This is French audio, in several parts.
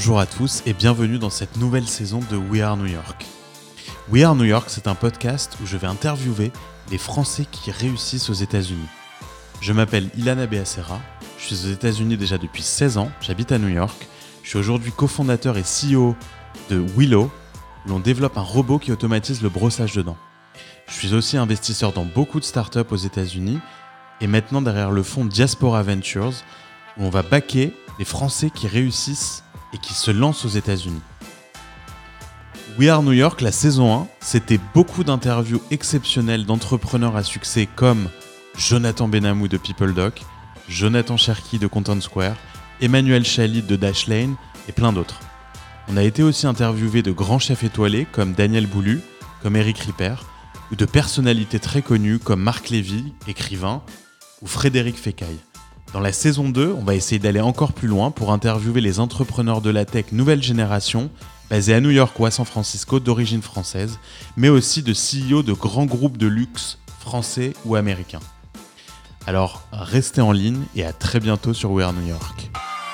Bonjour à tous et bienvenue dans cette nouvelle saison de We Are New York. We Are New York, c'est un podcast où je vais interviewer les Français qui réussissent aux États-Unis. Je m'appelle Ilana Beacera, je suis aux États-Unis déjà depuis 16 ans, j'habite à New York. Je suis aujourd'hui cofondateur et CEO de Willow, où l'on développe un robot qui automatise le brossage de dents. Je suis aussi investisseur dans beaucoup de startups aux États-Unis et maintenant derrière le fonds Diaspora Ventures, où on va backer les Français qui réussissent et qui se lancent aux États-Unis. We Are New York, la saison 1, c'était beaucoup d'interviews exceptionnelles d'entrepreneurs à succès comme Jonathan Benamou de PeopleDoc, Jonathan Cherki de Content Square, Emmanuel Chalit de Dashlane et plein d'autres. On a été aussi interviewé de grands chefs étoilés comme Daniel Boulu, comme Eric Ripper, ou de personnalités très connues comme Marc Lévy, écrivain, ou Frédéric Fécaille. Dans la saison 2, on va essayer d'aller encore plus loin pour interviewer les entrepreneurs de la tech nouvelle génération, basés à New York ou à San Francisco d'origine française, mais aussi de CEO de grands groupes de luxe français ou américains. Alors, restez en ligne et à très bientôt sur We Are New York.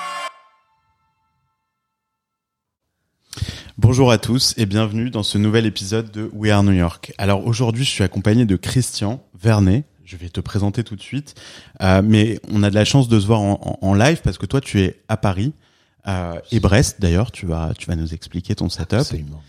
Bonjour à tous et bienvenue dans ce nouvel épisode de We Are New York. Alors aujourd'hui, je suis accompagné de Christian Vernet. Je vais te présenter tout de suite. Mais on a de la chance de se voir en live parce que toi, tu es à Paris et Brest. D'ailleurs, tu vas nous expliquer ton setup. Absolument.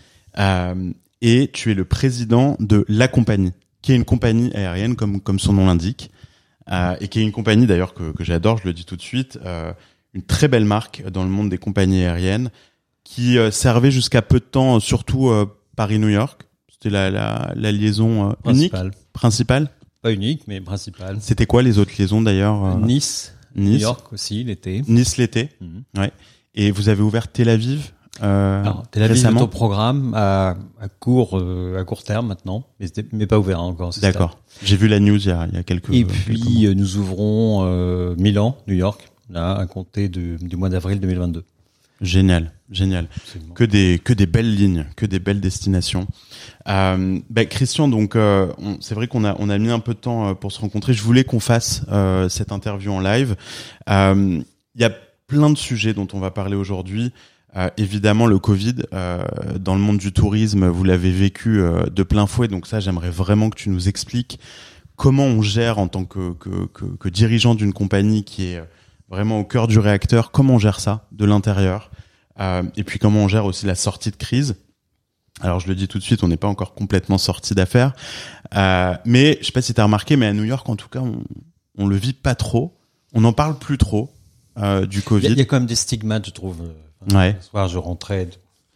Et tu es le président de La Compagnie, qui est une compagnie aérienne comme son nom l'indique, et qui est une compagnie d'ailleurs que j'adore. Je le dis tout de suite, une très belle marque dans le monde des compagnies aériennes qui servait jusqu'à peu de temps, surtout Paris-New York. C'était la liaison principale. Pas unique, mais principale. C'était quoi les autres liaisons d'ailleurs Nice, New York aussi, l'été. Nice l'été, ouais. Et vous avez ouvert Tel Aviv Alors, Tel Aviv récemment est au programme à court terme maintenant, mais pas ouvert encore. D'accord. J'ai vu la news il y a quelques. Et puis nous ouvrons Milan, New York, là à compter du mois d'avril 2022. Génial. Absolument. Que des belles lignes, que des belles destinations. Christian, donc c'est vrai qu'on a mis un peu de temps pour se rencontrer. Je voulais qu'on fasse cette interview en live. Il y a plein de sujets dont on va parler aujourd'hui. Évidemment, le Covid dans le monde du tourisme, vous l'avez vécu de plein fouet. Donc ça, j'aimerais vraiment que tu nous expliques comment on gère en tant que dirigeant d'une compagnie qui est vraiment au cœur du réacteur, comment on gère ça de l'intérieur, et puis comment on gère aussi la sortie de crise. Alors je le dis tout de suite, on n'est pas encore complètement sorti d'affaires, mais je sais pas si tu as remarqué, mais à New York en tout cas, on le vit pas trop, on n'en parle plus trop du Covid. Il y a quand même des stigmates, je trouve. Ouais. Ce soir, je rentrais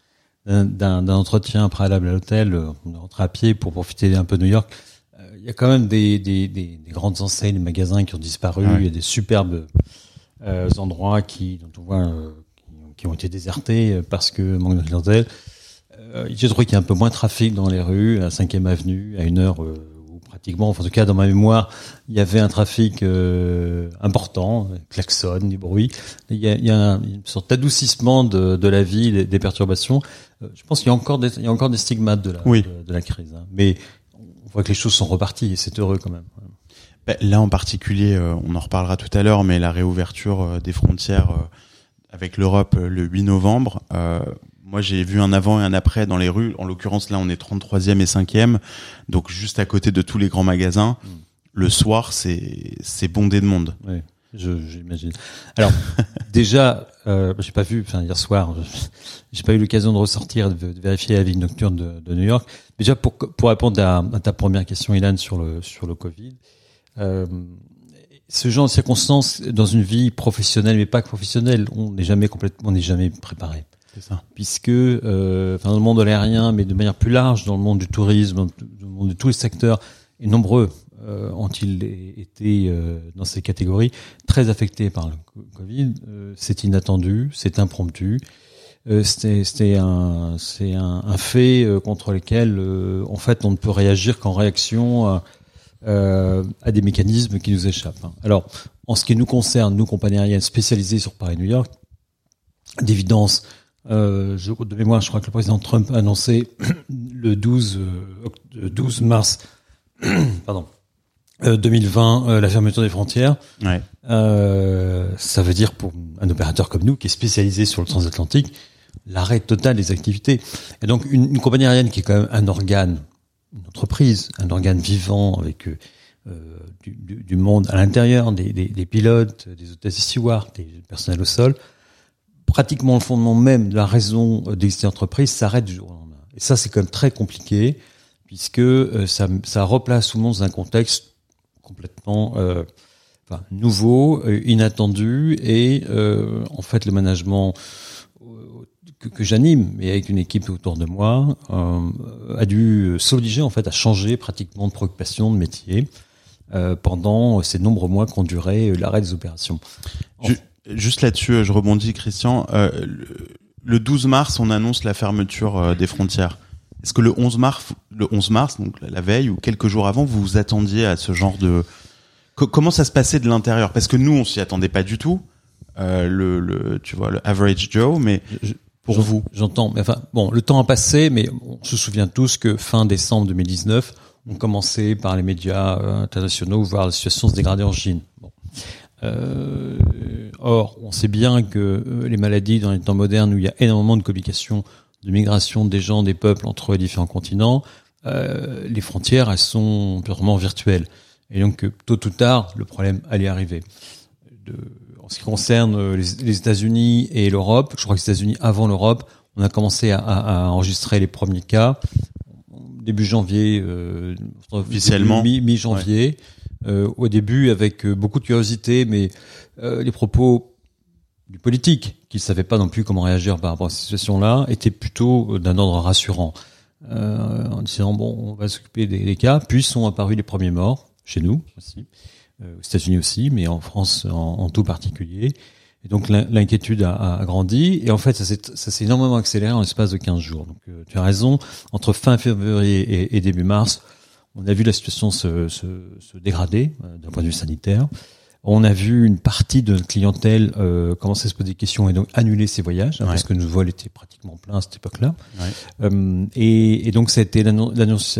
d'un entretien préalable à l'hôtel, on rentrait à pied pour profiter un peu de New York. Il y a quand même des grandes enseignes, des magasins qui ont disparu, Ouais. il y a des superbes endroits dont on voit qui ont été désertés parce que manque de clientèle. J'ai trouvé qu'il y a un peu moins de trafic dans les rues, à 5e avenue, à une heure où pratiquement, enfin, en tout cas dans ma mémoire, il y avait un trafic important, klaxon, du bruit. Il y a une sorte d'adoucissement de la vie, des perturbations. Je pense qu'il y a encore des stigmates de la crise, hein. Mais on voit que les choses sont reparties et c'est heureux quand même. Là en particulier, on en reparlera tout à l'heure, mais la réouverture des frontières avec l'Europe le 8 novembre, moi j'ai vu un avant et un après dans les rues. En l'occurrence là on est 33e et 5e, donc juste à côté de tous les grands magasins. Le soir c'est bondé de monde. Oui, j'imagine. Alors déjà, j'ai pas vu, hier soir, j'ai pas eu l'occasion de ressortir, de vérifier la vie nocturne de New York. Déjà pour répondre à ta première question, Ilan, sur le Covid. Ce genre de circonstances dans une vie professionnelle mais pas que professionnelle, on n'est jamais préparé. C'est ça. Puisque dans le monde de l'aérien, mais de manière plus large, dans le monde du tourisme, dans le monde de tous les secteurs, et nombreux ont-ils été dans ces catégories très affectés par le Covid. C'est inattendu, c'est impromptu. C'est un fait contre lequel en fait on ne peut réagir qu'en réaction à des mécanismes qui nous échappent. Alors, en ce qui nous concerne, nous, compagnies aériennes spécialisées sur Paris-New York, d'évidence, de mémoire, je crois que le président Trump a annoncé le 12 mars 2020 la fermeture des frontières. Ouais. Ça veut dire pour un opérateur comme nous, qui est spécialisé sur le transatlantique, l'arrêt total des activités. Et donc une compagnie aérienne qui est quand même un organe, une entreprise, un organe vivant avec du monde à l'intérieur, des pilotes, des hôtesses et stewards, des personnels au sol, pratiquement le fondement même de la raison d'exister l'entreprise s'arrête du jour au lendemain. Et ça, c'est quand même très compliqué, puisque ça replace tout le monde dans un contexte complètement nouveau, inattendu, et en fait, le management que j'anime, mais avec une équipe autour de moi, a dû s'obliger en fait à changer pratiquement de préoccupation, de métier, pendant ces nombreux mois qu'ont duré l'arrêt des opérations. Juste là-dessus, je rebondis, Christian. Le 12 mars, on annonce la fermeture des frontières. Est-ce que le 11 mars, donc la veille ou quelques jours avant, vous vous attendiez à ce genre de... Comment ça se passait de l'intérieur? Parce que nous, on s'y attendait pas du tout. Tu vois, le average Joe, mais pour vous. J'entends. Mais enfin, bon, le temps a passé, mais on se souvient tous que fin décembre 2019, on commençait par les médias internationaux voir la situation se dégrader en Chine. Bon. Or, on sait bien que les maladies dans les temps modernes où il y a énormément de communication, de migration des gens, des peuples entre les différents continents, les frontières, elles sont purement virtuelles. Et donc, tôt ou tard, le problème allait arriver. En ce qui concerne les États-Unis et l'Europe, je crois que les États-Unis, avant l'Europe, on a commencé à enregistrer les premiers cas début janvier, officiellement mi-janvier. Ouais. Au début avec beaucoup de curiosité, mais les propos du politique, qui ne savait pas non plus comment réagir par rapport à cette situation-là, étaient plutôt d'un ordre rassurant, en disant bon, on va s'occuper des cas. Puis sont apparus les premiers morts chez nous aussi, aux États-Unis aussi, mais en France en tout particulier. Et donc l'inquiétude a grandi, et en fait ça s'est énormément accéléré en l'espace de 15 jours. Donc tu as raison, entre fin février et début mars, on a vu la situation se dégrader d'un point de vue sanitaire. On a vu une partie de notre clientèle commencer à se poser des questions et donc annuler ses voyages, parce que nos vols étaient pratiquement pleins à cette époque-là. Ouais. Et donc ça a été l'annonce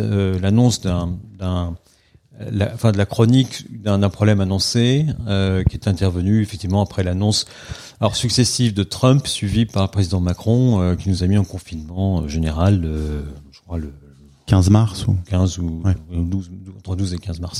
de la chronique d'un problème annoncé qui est intervenu effectivement après l'annonce successive de Trump, suivie par le président Macron, qui nous a mis en confinement général, je crois le 15 mars ou 15 ou 12, entre 12 et 15 mars.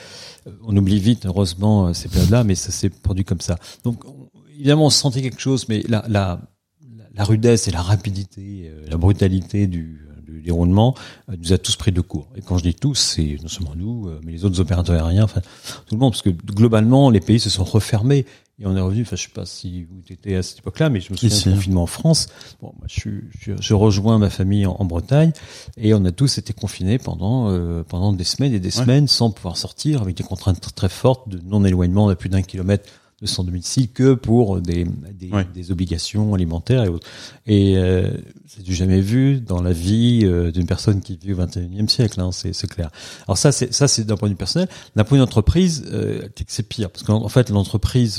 On oublie vite, heureusement, ces périodes-là, mais ça s'est produit comme ça. Donc, évidemment, on sentait quelque chose, mais la rudesse et la rapidité, la brutalité du déroulement nous a tous pris de court. Et quand je dis tous, c'est non seulement nous, mais les autres opérateurs aériens, enfin, tout le monde, parce que globalement, les pays se sont refermés. Et on est revenu, enfin, je sais pas si vous étiez à cette époque-là, mais je me souviens du confinement en France. Bon, moi, je rejoins ma famille en Bretagne, et on a tous été confinés pendant des semaines et des semaines sans pouvoir sortir, avec des contraintes très fortes de non-éloignement de plus d'1 kilomètre de son domicile que pour des obligations alimentaires et autres. Et c'est du jamais vu dans la vie d'une personne qui vit au XXIe siècle, hein, c'est clair. Alors ça c'est d'un point de vue personnel. D'un point de vue d'entreprise, c'est pire, parce qu'en fait l'entreprise,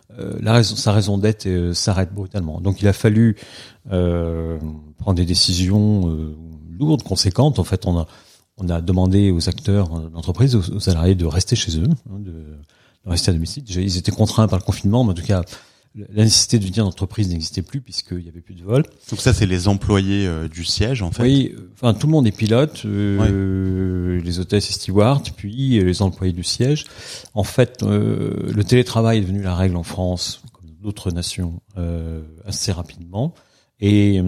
sa raison d'être s'arrête brutalement. Donc il a fallu prendre des décisions lourdes, conséquentes. En fait, on a demandé aux acteurs de l'entreprise, aux salariés, de rester chez eux, de rester à domicile. Ils étaient contraints par le confinement, mais en tout cas, la nécessité de venir d'entreprise n'existait plus puisqu'il n'y avait plus de vol. Donc ça, c'est les employés du siège, en fait. Oui, enfin tout le monde est pilote, les hôtesses et stewards, puis les employés du siège. En fait, le télétravail est devenu la règle en France, comme d'autres nations, assez rapidement. Et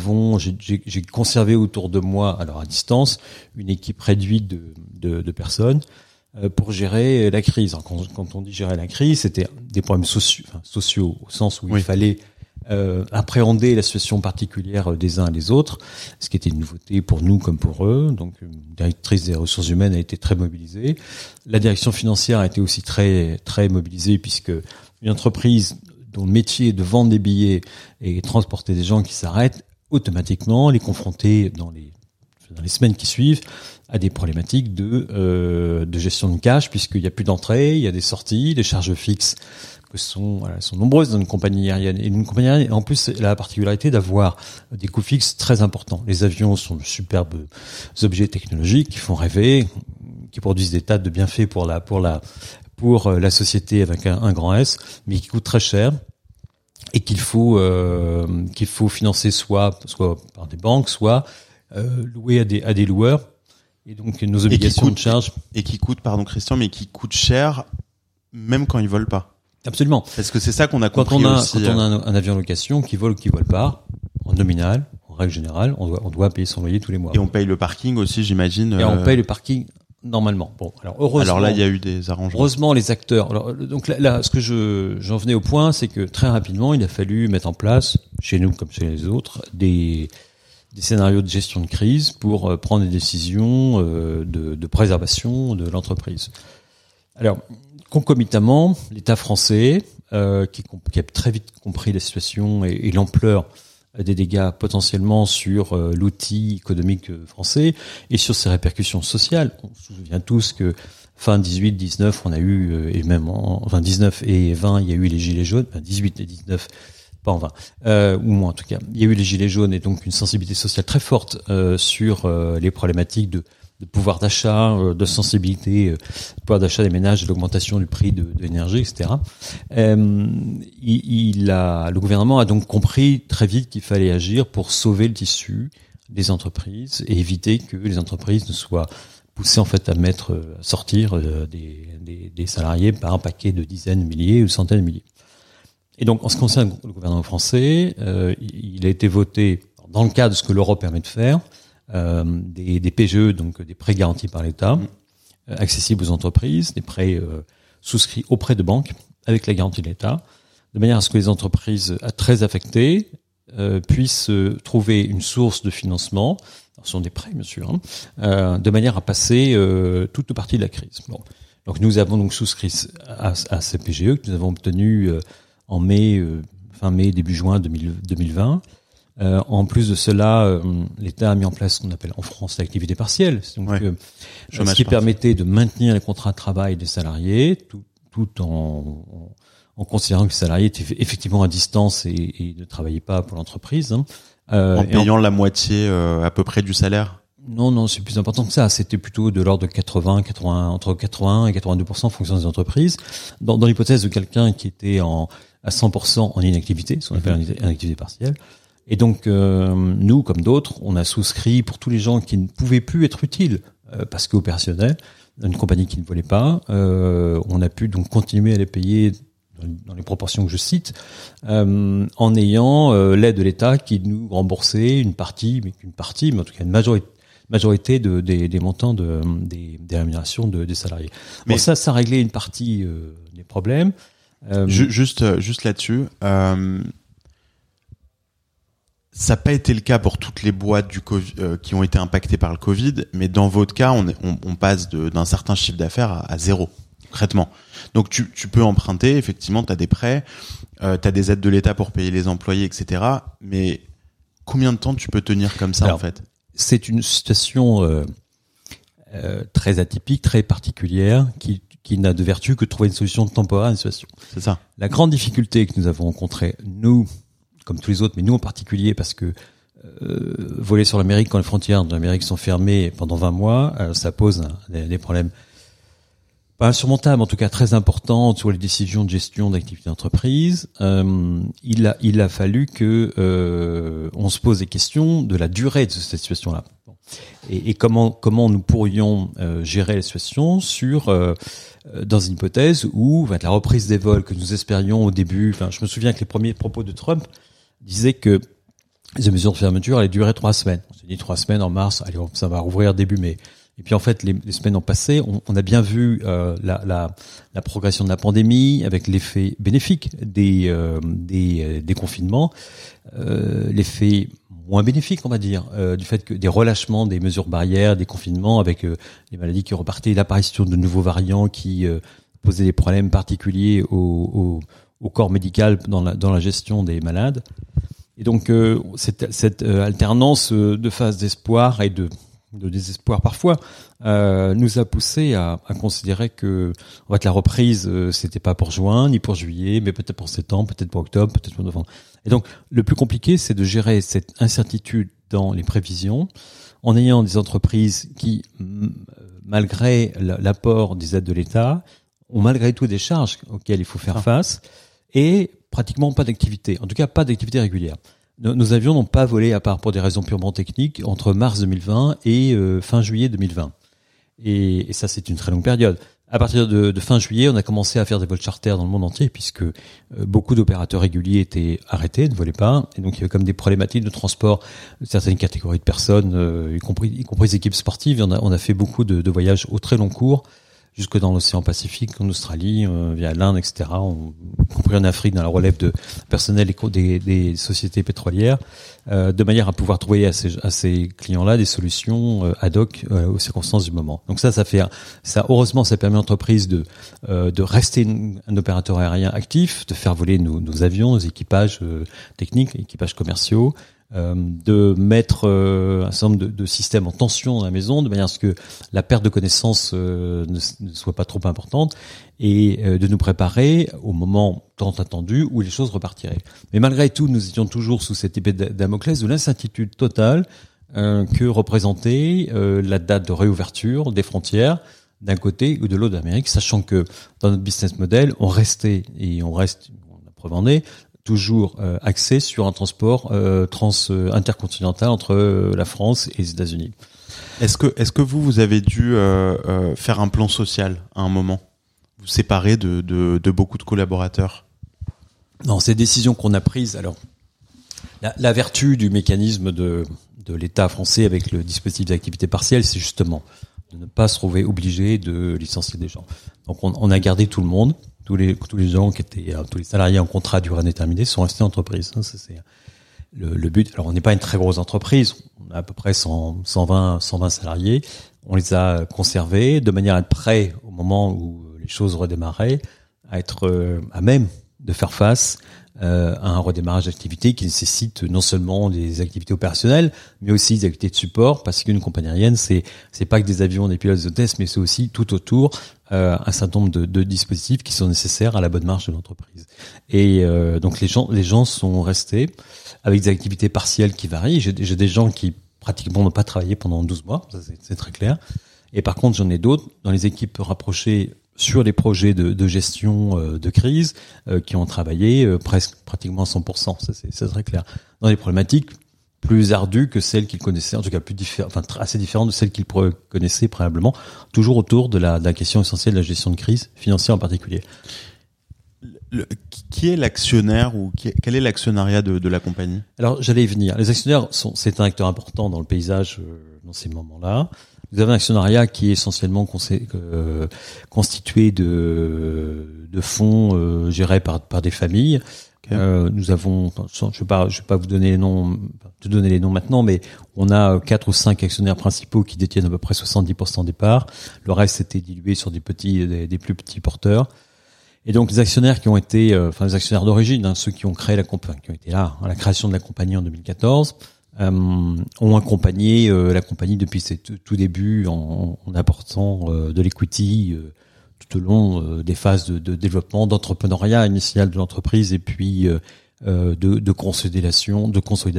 j'ai conservé autour de moi, alors à distance, une équipe réduite de personnes pour gérer la crise. Alors, quand on dit gérer la crise, c'était des problèmes sociaux au sens où il fallait appréhender la situation particulière des uns et des autres, ce qui était une nouveauté pour nous comme pour eux. Donc, une directrice des ressources humaines a été très mobilisée. La direction financière a été aussi très très mobilisée, puisque une entreprise dont le métier est de vendre des billets et transporter des gens qui s'arrêtent, automatiquement les confronter dans les semaines qui suivent à des problématiques de gestion de cash, puisqu'il n'y a plus d'entrée, il y a des sorties, les charges fixes sont nombreuses dans une compagnie aérienne. Et une compagnie aérienne, en plus, elle a la particularité d'avoir des coûts fixes très importants. Les avions sont de superbes objets technologiques qui font rêver, qui produisent des tas de bienfaits pour la société avec un grand S, mais qui coûtent très cher. et qu'il faut financer soit par des banques, soit louer à des loueurs. Et donc nos obligations de charge et qui coûtent, pardon Christian, mais qui coûtent cher même quand ils volent pas. Absolument. Parce que c'est ça qu'on a compris aussi. Quand on a un avion en location qui vole ou qui vole pas, en nominal, en règle générale, on doit payer son loyer tous les mois. Et on paye le parking aussi, j'imagine. Et on paye le parking normalement. Bon, alors heureusement. Alors là, il y a eu des arrangements. Heureusement, les acteurs. Alors, donc là, ce que j'en venais au point, c'est que très rapidement, il a fallu mettre en place, chez nous comme chez les autres, des scénarios de gestion de crise pour prendre des décisions de préservation de l'entreprise. Alors, concomitamment, l'État français, qui a très vite compris la situation et l'ampleur des dégâts potentiellement sur l'outil économique français et sur ses répercussions sociales. On se souvient tous que fin 18, 19, on a eu, et même enfin 19 et 20, il y a eu les gilets jaunes, enfin 18 et 19, pas en 20, ou moins en tout cas. Il y a eu les gilets jaunes et donc une sensibilité sociale très forte sur les problématiques de pouvoir d'achat, de sensibilité, pouvoir d'achat des ménages, de l'augmentation du prix de l'énergie, etc. Le gouvernement a donc compris très vite qu'il fallait agir pour sauver le tissu des entreprises et éviter que les entreprises ne soient poussées en fait à sortir des salariés par un paquet de dizaines de milliers ou de centaines de milliers. Et donc, en ce qui concerne le gouvernement français, il a été voté dans le cadre de ce que l'Europe permet de faire. Des PGE, donc des prêts garantis par l'État, accessibles aux entreprises, des prêts souscrits auprès de banques avec la garantie de l'État, de manière à ce que les entreprises très affectées puissent trouver une source de financement. Alors, ce sont des prêts, bien sûr, de manière à passer toute partie de la crise. Bon. Donc nous avons donc souscrit à ces PGE que nous avons obtenus en fin mai, début juin 2020. En plus de cela, l'État a mis en place ce qu'on appelle en France l'activité partielle, donc ce qui permettait de maintenir les contrats de travail des salariés, tout en considérant que les salariés étaient effectivement à distance et ne travaillaient pas pour l'entreprise. En payant la moitié à peu près du salaire. Non, c'est plus important que ça. C'était plutôt de l'ordre de entre 80 et 82% en fonction des entreprises. Dans l'hypothèse de quelqu'un qui était à 100% en inactivité, ce qu'on appelle une activité partielle. Et donc, nous, comme d'autres, on a souscrit pour tous les gens qui ne pouvaient plus être utiles, parce qu'opérationnels, une compagnie qui ne volait pas, on a pu donc continuer à les payer dans les proportions que je cite, en ayant l'aide de l'État qui nous remboursait une partie, mais en tout cas une majorité des montants des rémunérations des salariés. Mais bon, ça réglait une partie des problèmes. Juste là-dessus. Ça n'a pas été le cas pour toutes les boîtes du COVID, qui ont été impactées par le Covid, mais dans votre cas, on passe d'un certain chiffre d'affaires à zéro, concrètement. Donc tu peux emprunter, effectivement, tu as des prêts, tu as des aides de l'État pour payer les employés, etc. Mais combien de temps tu peux tenir comme ça, en fait ? C'est une situation très atypique, très particulière, qui n'a de vertu que de trouver une solution temporaire à une situation. C'est ça. La grande difficulté que nous avons rencontrée, nous, comme tous les autres, mais nous en particulier, parce que voler sur l'Amérique quand les frontières de l'Amérique sont fermées pendant 20 mois, ça pose des problèmes pas insurmontables, en tout cas très importants sur les décisions de gestion d'activité d'entreprise. Il a fallu que on se pose des questions de la durée de cette situation-là. Et comment nous pourrions gérer la situation dans une hypothèse où la reprise des vols que nous espérions au début, je me souviens que les premiers propos de Trump disaient que les mesures de fermeture allaient durer 3 semaines. On s'est dit 3 semaines en mars, allez, ça va rouvrir début mai. Et puis en fait, les semaines ont passé, on a bien vu la progression de la pandémie avec l'effet bénéfique des confinements, l'effet moins bénéfique, on va dire, du fait que des relâchements des mesures barrières, des confinements avec les maladies qui repartaient, l'apparition de nouveaux variants qui posaient des problèmes particuliers au corps médical dans la gestion des malades. Et donc cette alternance de phases d'espoir et de désespoir parfois nous a poussé à considérer que en fait la reprise c'était pas pour juin ni pour juillet, mais peut-être pour septembre, peut-être pour octobre, peut-être pour novembre. Et donc le plus compliqué, c'est de gérer cette incertitude dans les prévisions en ayant des entreprises qui, malgré l'apport des aides de l'État, ont malgré tout des charges auxquelles il faut faire face. et pratiquement pas d'activité. En tout cas, pas d'activité régulière. Nos avions n'ont pas volé, à part pour des raisons purement techniques, entre mars 2020 et fin juillet 2020. Et ça, c'est une très longue période. À partir de fin juillet, on a commencé à faire des vols charters dans le monde entier, puisque beaucoup d'opérateurs réguliers étaient arrêtés, ne volaient pas, et donc il y avait comme des problématiques de transport de certaines catégories de personnes, y compris les équipes sportives. On a fait beaucoup de voyages au très long cours, jusque dans l'océan Pacifique, en Australie, via l'Inde, etc., y compris en Afrique, dans la relève de personnel des sociétés pétrolières, de manière à pouvoir trouver à ces clients-là des solutions ad hoc aux circonstances du moment. Donc ça heureusement, ça permet à l'entreprise de rester un opérateur aérien actif, de faire voler nos avions, nos équipages techniques, équipages commerciaux, de mettre un certain nombre de systèmes en tension dans la maison, de manière à ce que la perte de connaissances ne soit pas trop importante, et de nous préparer au moment tant attendu où les choses repartiraient. Mais malgré tout, nous étions toujours sous cette épée de Damoclès de l'incertitude totale que représentait la date de réouverture des frontières d'un côté ou de l'autre d'Amérique, sachant que dans notre business model, on reste, la preuve en est, toujours axé sur un transport intercontinental entre la France et les États-Unis. Est-ce que vous avez dû faire un plan social à un moment, vous séparer de beaucoup de collaborateurs? Non, ces décisions qu'on a prises, alors la vertu du mécanisme de l'État français avec le dispositif d'activité partielle, c'est justement de ne pas se trouver obligé de licencier des gens. Donc on a gardé tout le monde. Tous les gens qui étaient, tous les salariés en contrat à durée indéterminée sont restés en entreprise. Ça, c'est le but. Alors, on n'est pas une très grosse entreprise. On a à peu près 120 salariés. On les a conservés de manière à être prêts au moment où les choses redémarraient, à être à même de faire face à un redémarrage d'activité qui nécessite non seulement des activités opérationnelles, mais aussi des activités de support, parce qu'une compagnie aérienne, c'est pas que des avions, des pilotes, des hôtesses, mais c'est aussi tout autour un certain nombre de dispositifs qui sont nécessaires à la bonne marche de l'entreprise. Et donc les gens sont restés avec des activités partielles qui varient. J'ai des gens qui pratiquement n'ont pas travaillé pendant 12 mois, ça c'est très clair. Et par contre, j'en ai d'autres dans les équipes rapprochées sur les projets de gestion de crise qui ont travaillé pratiquement à 100%, ça c'est très clair. Dans des problématiques plus ardues que celles qu'ils connaissaient, en tout cas assez différentes de celles qu'ils connaissaient préalablement, toujours autour de la question essentielle de la gestion de crise financière en particulier. Qui est l'actionnaire ou quel est l'actionnariat de la compagnie? Alors j'allais y venir. Les actionnaires c'est un acteur important dans le paysage dans ces moments-là. Vous avez un actionnariat qui est essentiellement constitué de fonds gérés par des familles. Okay. Nous avons, je vais pas vous donner les noms maintenant, mais on a 4 ou 5 actionnaires principaux qui détiennent à peu près 70% des parts. Le reste était dilué sur des plus petits porteurs. Et donc les actionnaires qui ont été, les actionnaires d'origine, ceux qui ont créé la compagnie, qui ont été là à la création de la compagnie en 2014. Ont accompagné la compagnie depuis ses tout débuts en apportant de l'equity tout au long des phases de développement, d'entrepreneuriat initial de l'entreprise et puis de consolidation.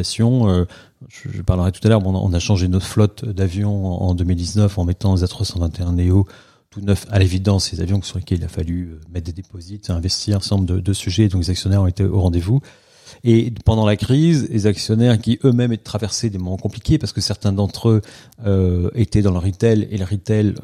Je parlerai tout à l'heure, on a changé notre flotte d'avions en 2019 en mettant les A321 Neo tout neuf. À l'évidence, ces avions sur lesquels il a fallu mettre des déposits, investir un certain nombre de sujets, donc les actionnaires ont été au rendez-vous. Et pendant la crise, les actionnaires qui eux-mêmes étaient traversés des moments compliqués parce que certains d'entre eux étaient dans le retail et le retail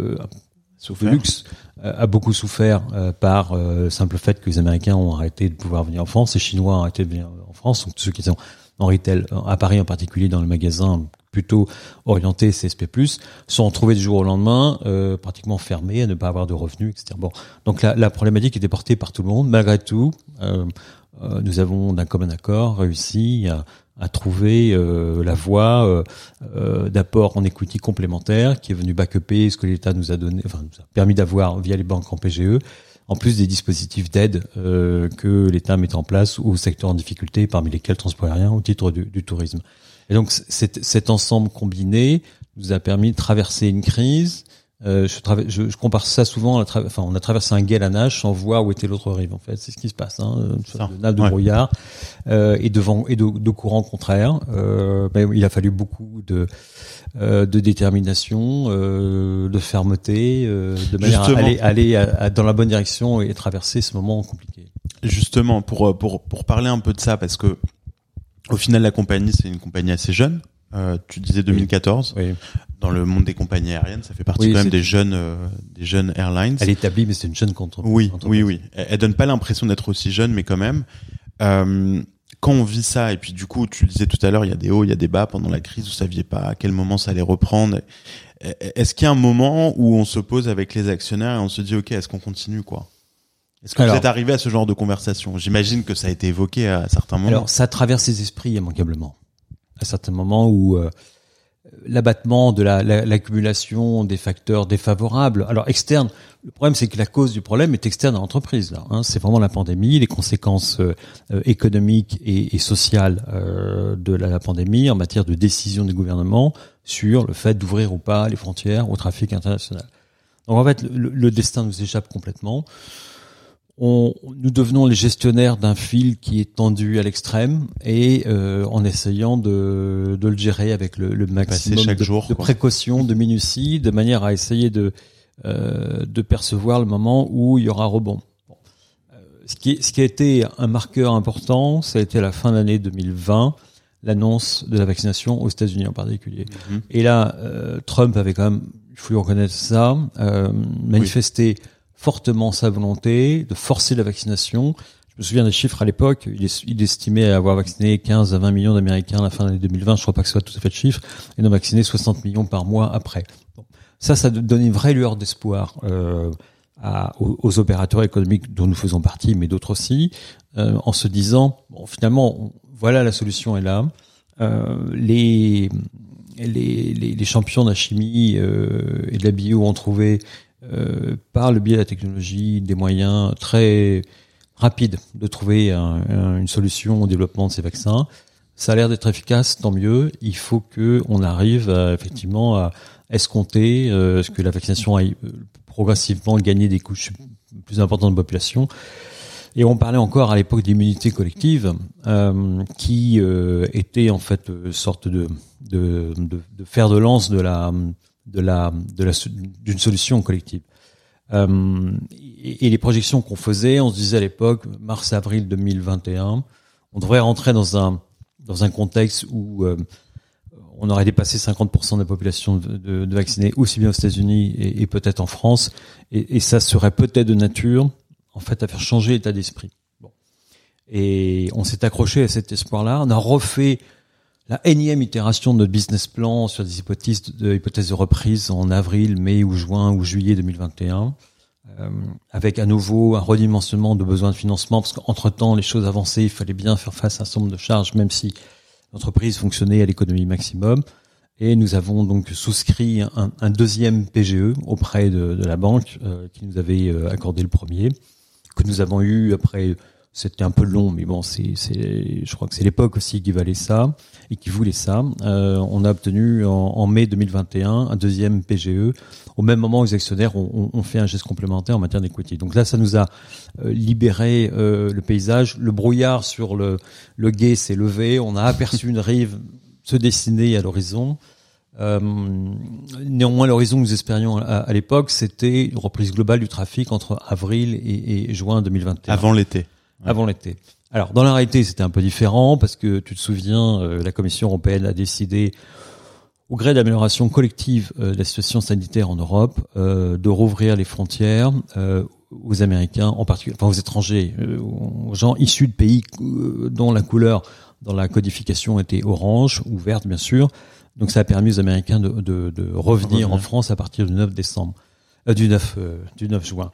le luxe a beaucoup souffert par le simple fait que les Américains ont arrêté de pouvoir venir en France, les Chinois ont arrêté de venir en France, donc tous ceux qui sont en retail, à Paris en particulier, dans le magasin plutôt orienté CSP+, sont retrouvés du jour au lendemain pratiquement fermés, à ne pas avoir de revenus, etc. Bon, donc la problématique était portée par tout le monde. Malgré tout, nous avons d'un commun accord réussi à trouver la voie d'apport en equity complémentaire qui est venu backuper ce que l'État nous a donné, nous a permis d'avoir via les banques en PGE, en plus des dispositifs d'aide que l'État met en place au secteur en difficulté, parmi lesquels le transport aérien au titre du tourisme. Et donc cet ensemble combiné nous a permis de traverser une crise. Je compare ça souvent on a traversé un gué à la nage sans voir où était l'autre rive, en fait. C'est ce qui se passe, une sorte de nappe de brouillard, et de vent et de courant contraire. Il a fallu beaucoup de détermination, de fermeté, de manière à aller dans la bonne direction et traverser ce moment compliqué. Justement, pour parler un peu de ça, parce que au final, la compagnie, c'est une compagnie assez jeune. Tu disais 2014. Oui. Dans le monde des compagnies aériennes, ça fait partie quand même des jeunes airlines. Elle est établie, mais c'est une jeune entreprise. Oui. Elle donne pas l'impression d'être aussi jeune, mais quand même. Quand on vit ça, et puis du coup, tu le disais tout à l'heure, il y a des hauts, il y a des bas pendant la crise, vous saviez pas à quel moment ça allait reprendre. Est-ce qu'il y a un moment où on se pose avec les actionnaires et on se dit, OK, est-ce qu'on continue, quoi? Est-ce que vous êtes arrivé à ce genre de conversation? J'imagine que ça a été évoqué à certains moments. Alors, ça traverse les esprits immanquablement. À certains moments où l'abattement de l'accumulation des facteurs défavorables. Alors, externes, le problème, c'est que la cause du problème est externe à l'entreprise, là. C'est vraiment la pandémie, les conséquences économiques et sociales de la pandémie en matière de décision du gouvernement sur le fait d'ouvrir ou pas les frontières au trafic international. Donc, en fait, le destin nous échappe complètement. Nous devenons les gestionnaires d'un fil qui est tendu à l'extrême et en essayant de le gérer avec le maximum de précaution, de minutie, de manière à essayer de percevoir le moment où il y aura rebond. Bon. Ce qui a été un marqueur important, ça a été à la fin de l'année 2020, l'annonce de la vaccination aux États-Unis en particulier. Mm-hmm. Et là, Trump avait quand même, il faut lui reconnaître ça, manifesté fortement sa volonté de forcer la vaccination. Je me souviens des chiffres à l'époque. Il estimait avoir vacciné 15 à 20 millions d'Américains à la fin de l'année 2020. Je crois pas que ce soit tout à fait le chiffre. Et d'en vacciner 60 millions par mois après. Bon. Ça donne une vraie lueur d'espoir aux opérateurs économiques dont nous faisons partie, mais d'autres aussi, en se disant, bon, finalement, voilà, la solution est là. Les champions de la chimie et de la bio ont trouvé par le biais de la technologie, des moyens très rapides de trouver une solution au développement de ces vaccins. Ça a l'air d'être efficace, tant mieux. Il faut que on arrive effectivement à escompter ce que la vaccination aille progressivement gagner des couches plus importantes de population. Et on parlait encore à l'époque d'immunité collective, qui était en fait sorte de fer de lance d'une solution collective. Et les projections qu'on faisait, on se disait à l'époque, mars-avril 2021, on devrait rentrer dans un contexte où on aurait dépassé 50% de la population de vaccinés, aussi bien aux États-Unis et peut-être en France, et ça serait peut-être de nature, en fait, à faire changer l'état d'esprit. Bon. Et on s'est accroché à cet espoir-là, on a refait la énième itération de notre business plan sur des hypothèses de reprise en avril, mai ou juin ou juillet 2021, avec à nouveau un redimensionnement de besoins de financement, parce qu'entre-temps, les choses avançaient, il fallait bien faire face à un certain nombre de charges, même si l'entreprise fonctionnait à l'économie maximum. Et nous avons donc souscrit un deuxième PGE auprès de la banque qui nous avait accordé le premier, que nous avons eu après. C'était un peu long, mais bon, je crois que c'est l'époque aussi qui valait ça et qui voulait ça. On a obtenu en mai 2021 un deuxième PGE. Au même moment, les actionnaires ont fait un geste complémentaire en matière d'equity. Donc là, ça nous a libéré le paysage. Le brouillard sur le gué s'est levé. On a aperçu une rive se dessiner à l'horizon. Néanmoins, l'horizon que nous espérions à l'époque, c'était une reprise globale du trafic entre avril et juin 2021. Avant l'été. Avant l'été. Alors, dans la réalité, c'était un peu différent parce que, tu te souviens, la Commission européenne a décidé, au gré d'amélioration collective de la situation sanitaire en Europe, de rouvrir les frontières aux Américains, en particulier, enfin aux étrangers, aux gens issus de pays dont la couleur dans la codification était orange ou verte, bien sûr. Donc, ça a permis aux Américains de revenir en France à partir du 9 décembre. Du 9 juin.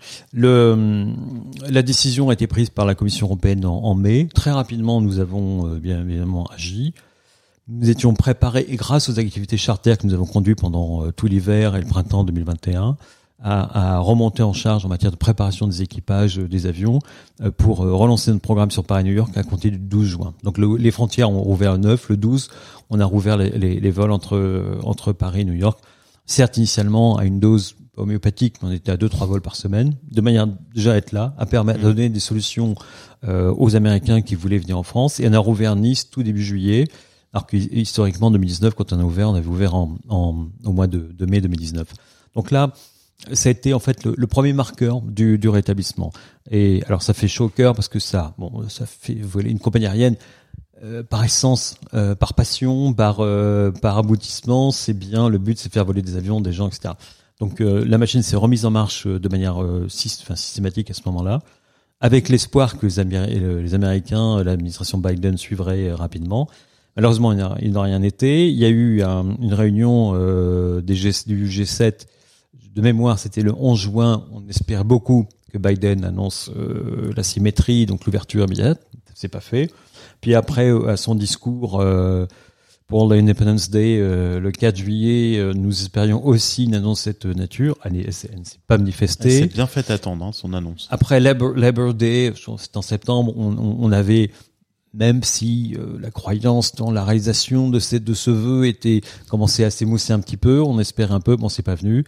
La décision a été prise par la Commission européenne en mai. Très rapidement, nous avons bien évidemment agi. Nous étions préparés, et grâce aux activités charter que nous avons conduites pendant tout l'hiver et le printemps 2021, à remonter en charge en matière de préparation des équipages des avions pour relancer notre programme sur Paris-New York à compter du 12 juin. Donc les frontières ont rouvert le 9, le 12, on a rouvert les vols entre Paris et New York. Certes, initialement, à une dose homéopathique, on était à 2-3 vols par semaine, de manière déjà à être là, à permettre de donner des solutions aux Américains qui voulaient venir en France. Et on a rouvert Nice tout début juillet, alors que historiquement, en 2019, quand on a ouvert, on avait ouvert au mois de mai 2019. Donc là, ça a été en fait le premier marqueur du rétablissement. Et alors ça fait chaud au cœur parce que ça fait voler une compagnie aérienne par essence, par passion, par aboutissement, c'est bien. Le but, c'est de faire voler des avions, des gens, etc. Donc la machine s'est remise en marche de manière systématique à ce moment-là, avec l'espoir que les Américains, l'administration Biden suivrait rapidement. Malheureusement, il n'a rien été. Il y a eu une réunion du G7. De mémoire, c'était le 11 juin. On espère beaucoup que Biden annonce la symétrie, donc l'ouverture immédiate. C'est pas fait. Puis après, à son discours pour l'Independence Day, le 4 juillet, nous espérions aussi une annonce de cette nature. Elle ne s'est pas manifestée. Elle s'est bien fait attendre, son annonce. Après Labor Day, c'est en septembre, on avait, même si la croyance dans la réalisation de ce vœu était commençait à s'émousser un petit peu, on espérait un peu, bon, c'est pas venu.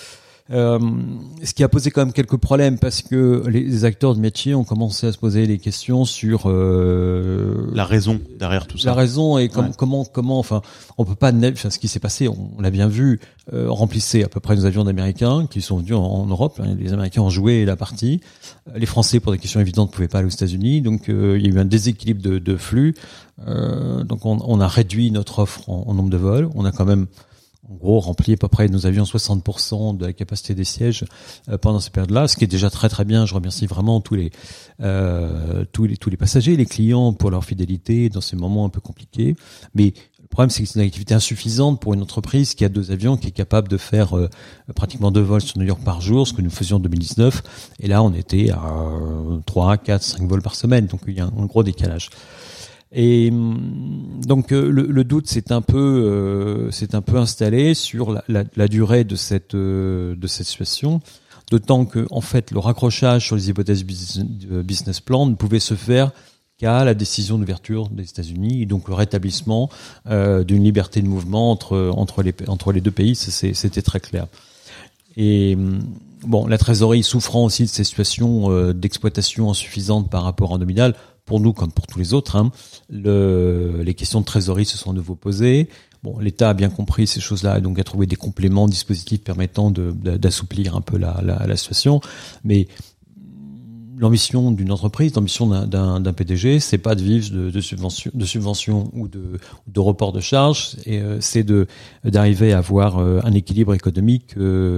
Ce qui a posé quand même quelques problèmes parce que les acteurs de métier ont commencé à se poser des questions sur la raison derrière tout ça. La raison et comment enfin on peut pas ce qui s'est passé, on l'a bien vu, remplissait à peu près nos avions d'Américains qui sont venus en Europe, les Américains ont joué la partie. Les Français pour des questions évidentes pouvaient pas aller aux États-Unis, donc il y a eu un déséquilibre de flux. Donc on a réduit notre offre en nombre de vols, on a quand même en gros rempli à peu près, nous avions 60% de la capacité des sièges pendant cette période-là, ce qui est déjà très très bien. Je remercie vraiment tous les passagers, les clients pour leur fidélité dans ces moments un peu compliqués. Mais le problème, c'est que c'est une activité insuffisante pour une entreprise qui a 2 avions, qui est capable de faire pratiquement 2 vols sur New York par jour, ce que nous faisions en 2019. Et là, on était à 3, 4, 5 vols par semaine. Donc il y a un gros décalage. Et donc le doute s'est un peu installé sur la durée de cette situation, d'autant que en fait le raccrochage sur les hypothèses business plan ne pouvait se faire qu'à la décision d'ouverture des États-Unis et donc le rétablissement d'une liberté de mouvement entre les deux pays, c'était très clair. Et bon, la trésorerie souffrant aussi de ces situations d'exploitation insuffisante par rapport en nominal. Pour nous, comme pour tous les autres, les questions de trésorerie se sont à nouveau posées. Bon, l'État a bien compris ces choses-là et donc a trouvé des compléments, dispositifs permettant d'assouplir un peu la situation. Mais l'ambition d'une entreprise, l'ambition d'un PDG, c'est pas de vivre de subventions ou de report de charges, et c'est d'arriver à avoir un équilibre économique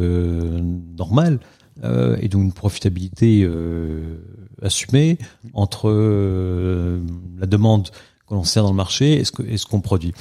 normal et donc une profitabilité assumée entre la demande que l'on sert dans le marché et ce qu'on produit.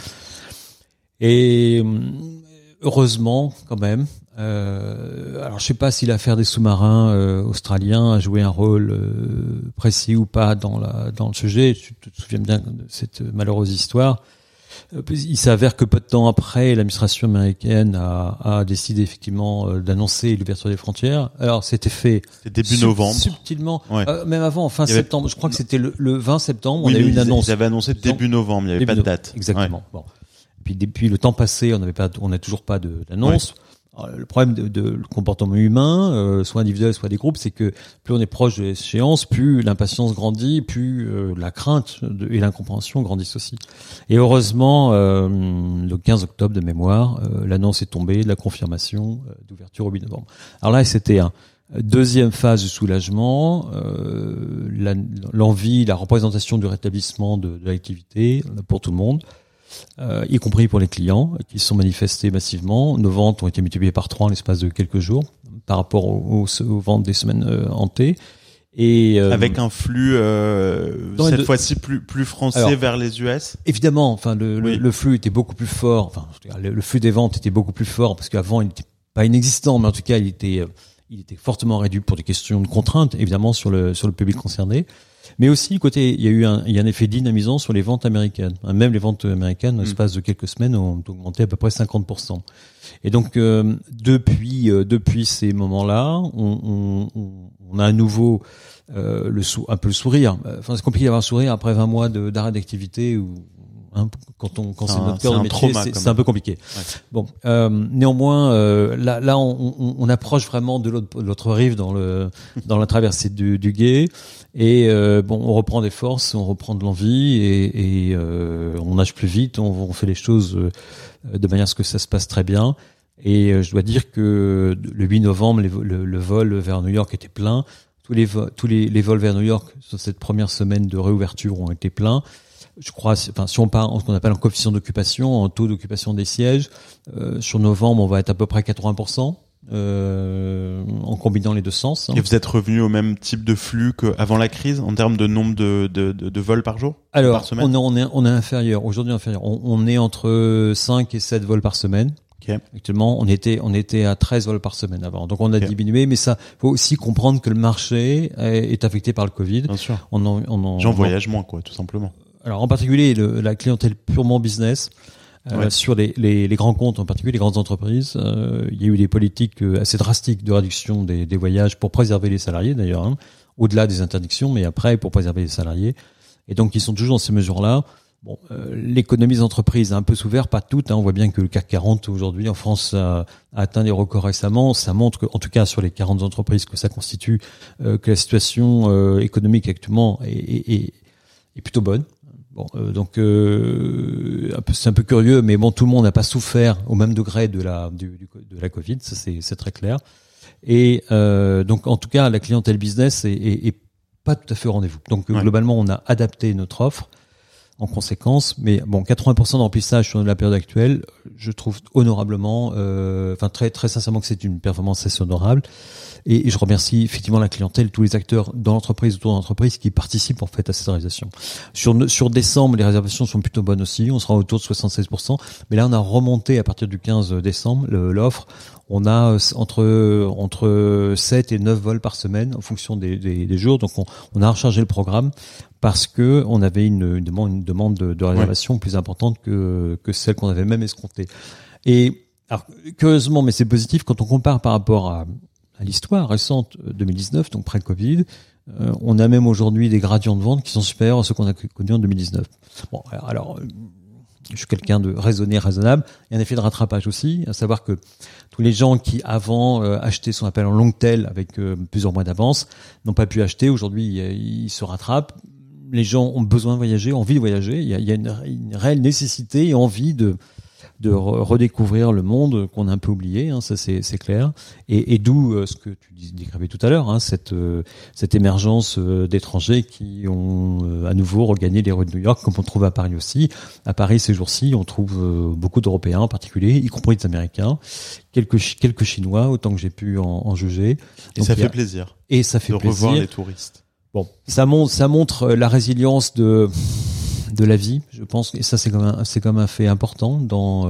Et heureusement, quand même, alors je sais pas si l'affaire des sous-marins australiens a joué un rôle précis ou pas dans le sujet. Tu te souviens bien de cette malheureuse histoire. Il s'avère que peu de temps après, l'administration américaine a décidé effectivement d'annoncer l'ouverture des frontières. Alors c'était fait début novembre, subtilement, ouais. Même avant, fin septembre. Je crois que c'était le 20 septembre. Oui, on a eu une annonce. Ils avaient annoncé début novembre, il n'y avait pas de date. Exactement. Ouais. Bon. Puis depuis le temps passé, on n'a toujours pas d'annonce. Ouais. Alors, le problème de comportement humain, soit individuel, soit des groupes, c'est que plus on est proche de l'échéance, plus l'impatience grandit, plus la crainte et l'incompréhension grandissent aussi. Et heureusement, le 15 octobre de mémoire, l'annonce est tombée, la confirmation d'ouverture au 8 novembre. Alors là, c'était un deuxième phase de soulagement, l'envie, la représentation du rétablissement de l'activité pour tout le monde. Y compris pour les clients qui se sont manifestés massivement. Nos ventes ont été multipliées par 3 en l'espace de quelques jours par rapport aux ventes des semaines hantées. Et avec un flux cette fois-ci plus français vers les US. Évidemment, enfin le flux était beaucoup plus fort. Enfin, le flux des ventes était beaucoup plus fort parce qu'avant il n'était pas inexistant, mais en tout cas il était fortement réduit pour des questions de contraintes, évidemment sur le public concerné. Mais aussi, il y a eu un effet dynamisant sur les ventes américaines. Même les ventes américaines, en l'espace de quelques semaines, ont augmenté à peu près 50%. Et donc, depuis ces moments-là, on a à nouveau un peu le sourire. Enfin, c'est compliqué d'avoir un sourire après 20 mois d'arrêt d'activité ou quand c'est notre cœur de métier, c'est un peu compliqué. Ouais. Bon, néanmoins, là, on approche vraiment de l'autre rive dans la traversée du gué. Et on reprend des forces, on reprend de l'envie et on nage plus vite, on fait les choses de manière à ce que ça se passe très bien. Et je dois dire que le 8 novembre, le vol vers New York était plein. Tous les vols vers New York sur cette première semaine de réouverture ont été pleins. Je crois, enfin, si on parle en ce qu'on appelle en coefficient d'occupation, en taux d'occupation des sièges, sur novembre, on va être à peu près 80%. En combinant les deux sens. Et vous êtes revenu au même type de flux qu'avant la crise en termes de nombre de vols par jour? Alors, par semaine? on est inférieur. Aujourd'hui, inférieur. On est entre 5 et 7 vols par semaine. Okay. Actuellement, on était à 13 vols par semaine avant. Donc, on a diminué, mais ça, faut aussi comprendre que le marché est affecté par le Covid. Bien sûr. Les gens voyagent moins, quoi, tout simplement. Alors, en particulier, la clientèle purement business. Sur les grands comptes, en particulier les grandes entreprises, il y a eu des politiques assez drastiques de réduction des voyages pour préserver les salariés d'ailleurs, hein, au-delà des interdictions, mais après pour préserver les salariés. Et donc ils sont toujours dans ces mesures-là. Bon, l'économie des entreprises a un peu souffert, pas toutes. Hein, on voit bien que le CAC 40 aujourd'hui en France a atteint des records récemment. Ça montre que, en tout cas sur les 40 entreprises que ça constitue, que la situation économique actuellement est plutôt bonne. Bon, donc c'est un peu curieux, mais bon, tout le monde n'a pas souffert au même degré de la Covid, ça c'est très clair. Et donc en tout cas, la clientèle business est pas tout à fait au rendez-vous. Donc globalement, on a adapté notre offre en conséquence, mais bon, 80% de remplissage sur la période actuelle, je trouve honorablement, enfin très très sincèrement que c'est une performance assez honorable. Et je remercie effectivement la clientèle, tous les acteurs dans l'entreprise, autour de l'entreprise qui participent en fait à cette réalisation. Sur décembre, les réservations sont plutôt bonnes aussi. On sera autour de 76%. Mais là, on a remonté à partir du 15 décembre l'offre. On a entre 7 et 9 vols par semaine en fonction des jours. Donc on a rechargé le programme parce que on avait une demande de réservation plus importante que celle qu'on avait même escomptée. Et alors curieusement, mais c'est positif quand on compare par rapport à l'histoire récente 2019, donc pré-Covid, on a même aujourd'hui des gradients de vente qui sont supérieurs à ceux qu'on a connus en 2019. Bon, alors je suis quelqu'un de raisonnable. Il y a un effet de rattrapage aussi, à savoir que tous les gens qui avant achetaient ce qu'on appelle en long tail avec plusieurs mois d'avance n'ont pas pu acheter. Aujourd'hui, ils se rattrapent. Les gens ont besoin de voyager, envie de voyager. Il y a une réelle nécessité et envie de redécouvrir le monde qu'on a un peu oublié, hein, ça c'est clair, et d'où ce que tu décrivais tout à l'heure, hein, cette émergence d'étrangers qui ont à nouveau regagné les rues de New York, comme on trouve à Paris aussi. À Paris ces jours-ci, on trouve beaucoup d'Européens en particulier, y compris des Américains, quelques Chinois, autant que j'ai pu en juger. Et donc, ça fait plaisir. Et ça fait plaisir de revoir les touristes. Bon, ça montre la résilience de la vie, je pense, et ça c'est quand même un fait important dans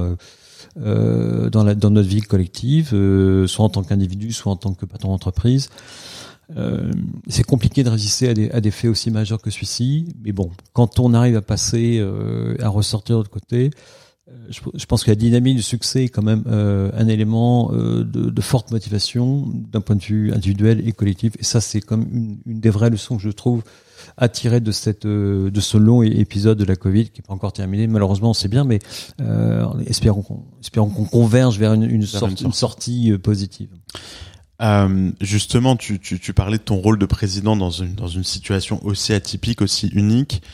notre vie collective, soit en tant qu'individu, soit en tant que patron d'entreprise. C'est compliqué de résister à des faits aussi majeurs que celui-ci, mais bon, quand on arrive à passer, à ressortir de l'autre côté, je pense que la dynamique du succès est quand même un élément de forte motivation d'un point de vue individuel et collectif, et ça c'est comme une des vraies leçons que je trouve à tirer de ce long épisode de la Covid qui n'est pas encore terminé. Malheureusement, c'est bien, mais espérons qu'on converge vers une sortie positive. Justement, tu parlais de ton rôle de président dans une situation aussi atypique, aussi unique.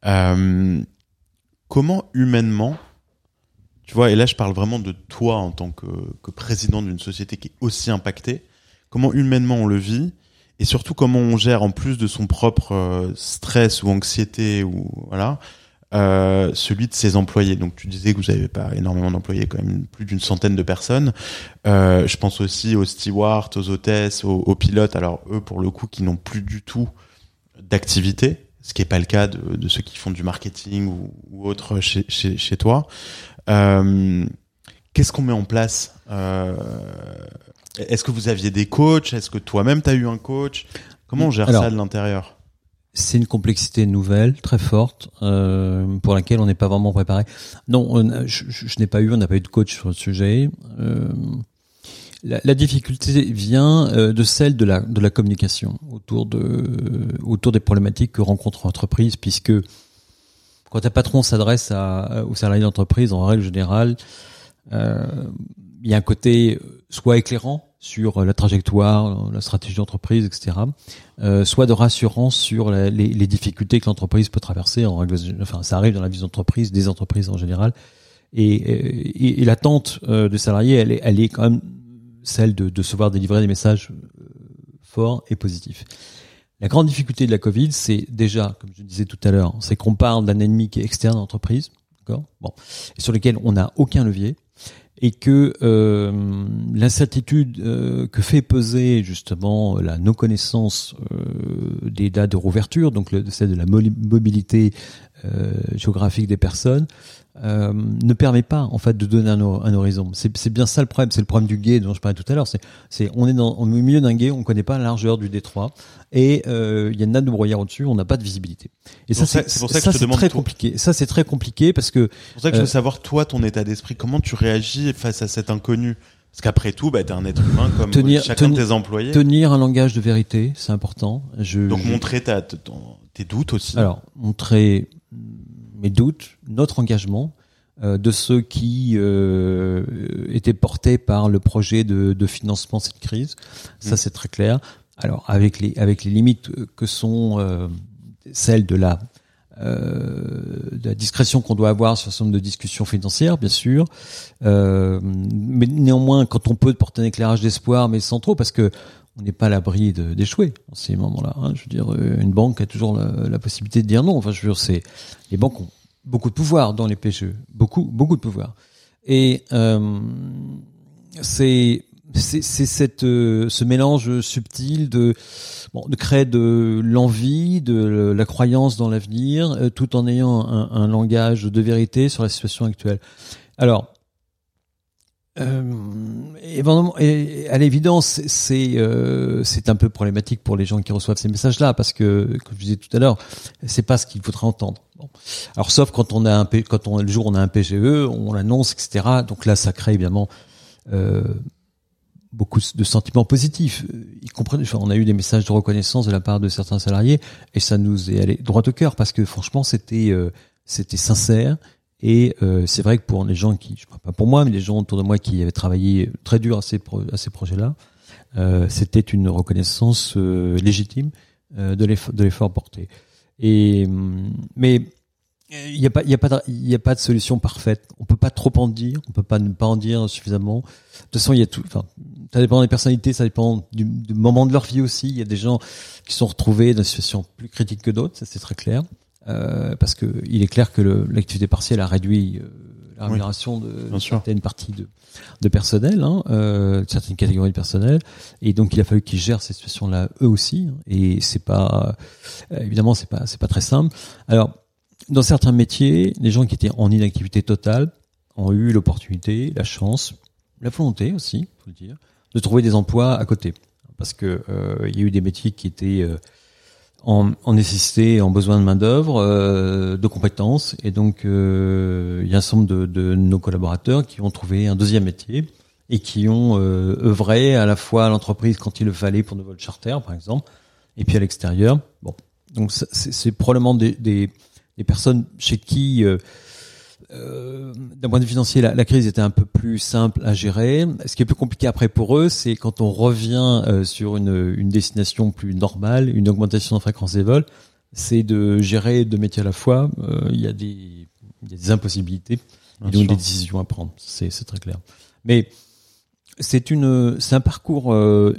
Comment humainement, tu vois, et là je parle vraiment de toi en tant que président d'une société qui est aussi impactée, comment humainement on le vit? Et surtout, comment on gère, en plus de son propre stress ou anxiété, ou voilà, celui de ses employés. Donc, tu disais que vous n'avez pas énormément d'employés, quand même plus d'une centaine de personnes. Je pense aussi aux stewards, aux hôtesses, aux pilotes. Alors, eux, pour le coup, qui n'ont plus du tout d'activité, ce qui n'est pas le cas de ceux qui font du marketing ou autre chez toi. Qu'est-ce qu'on met en place Est-ce que vous aviez des coachs? Est-ce que toi-même t'as eu un coach? Comment on gère ça de l'intérieur? C'est une complexité nouvelle, très forte, pour laquelle on n'est pas vraiment préparé. Non, on n'a pas eu de coach sur le sujet. La difficulté vient de celle de la communication autour des problématiques que rencontre l'entreprise, puisque quand un patron s'adresse aux salariés d'entreprise, en règle générale, il y a un côté soit éclairant sur la trajectoire, la stratégie d'entreprise, etc., soit de rassurance sur les difficultés que l'entreprise peut traverser. Enfin, ça arrive dans la vie d'entreprise, des entreprises en général, Et l'attente des salariés, elle est quand même celle de se voir délivrer des messages forts et positifs. La grande difficulté de la Covid, c'est déjà, comme je disais tout à l'heure, c'est qu'on parle d'un ennemi qui est externe à l'entreprise, d'accord, bon, et sur lequel on n'a aucun levier, et que l'incertitude que fait peser justement la non-connaissance des dates de rouverture, donc celle de la mobilité géographique des personnes, ne permet pas en fait de donner un horizon. C'est bien ça le problème. C'est le problème du gué dont je parlais tout à l'heure. On est au milieu d'un gué, on ne connaît pas la largeur du détroit et il y a une nappe de brouillard au-dessus, on n'a pas de visibilité. Et ça, c'est pour ça que je te demande très compliqué. Ça, c'est très compliqué parce que. C'est pour ça que je veux savoir toi ton état d'esprit. Comment tu réagis face à cet inconnu? Parce qu'après tout, t'es un être humain comme chacun de tes employés. Tenir un langage de vérité, c'est important. Donc montrer tes doutes aussi. Alors montrer mes doutes, notre engagement de ceux qui étaient portés par le projet de financement de cette crise. Ça, c'est très clair. Alors, avec les limites que sont celles de la discrétion qu'on doit avoir sur un certain nombre de discussions financières, bien sûr. Mais néanmoins, quand on peut porter un éclairage d'espoir, mais sans trop, parce que on n'est pas à l'abri d'échouer en ces moments-là. Hein. Je veux dire, une banque a toujours la possibilité de dire non. Enfin, je veux dire, les banques ont beaucoup de pouvoir dans les PGE, beaucoup de pouvoir. Et c'est ce mélange subtil de créer de l'envie, de la croyance dans l'avenir, tout en ayant un langage de vérité sur la situation actuelle. Alors. Et à l'évidence, c'est un peu problématique pour les gens qui reçoivent ces messages-là, parce que, comme je disais tout à l'heure, c'est pas ce qu'il faudrait entendre. Bon. Alors, sauf quand le jour où on a un PGE, on l'annonce, etc. Donc là, ça crée évidemment beaucoup de sentiments positifs. On a eu des messages de reconnaissance de la part de certains salariés, et ça nous est allé droit au cœur, parce que franchement, c'était sincère. Et c'est vrai que pour les gens qui, je ne parle pas pour moi, mais les gens autour de moi qui avaient travaillé très dur à ces projets-là, c'était une reconnaissance légitime de l'effort porté. Mais il n'y a pas de solution parfaite. On peut pas trop en dire, on peut pas ne pas en dire suffisamment. De toute façon, il y a tout. Enfin, ça dépend des personnalités, ça dépend du moment de leur vie aussi. Il y a des gens qui sont retrouvés dans des situations plus critiques que d'autres, ça c'est très clair. Parce que il est clair que l'activité partielle a réduit la rémunération de certaines parties de personnel, certaines catégories de personnel, et donc il a fallu qu'ils gèrent ces situations-là eux aussi, et c'est pas évidemment c'est pas très simple. Alors dans certains métiers, les gens qui étaient en inactivité totale ont eu l'opportunité, la chance, la volonté aussi, faut le dire, de trouver des emplois à côté, parce que il y a eu des métiers qui étaient en nécessité, en besoin de main d'œuvre, de compétences, et donc il y a un certain nombre de nos collaborateurs qui ont trouvé un deuxième métier et qui ont œuvré à la fois à l'entreprise quand il le fallait pour nos vols charter, par exemple, et puis à l'extérieur. Bon, donc c'est probablement des personnes chez qui d'un point de vue financier, la crise était un peu plus simple à gérer. Ce qui est plus compliqué après pour eux, c'est quand on revient sur une destination plus normale, une augmentation de fréquence des vols, c'est de gérer deux métiers à la fois. Il y a des impossibilités et donc des décisions à prendre. C'est très clair. Mais c'est un parcours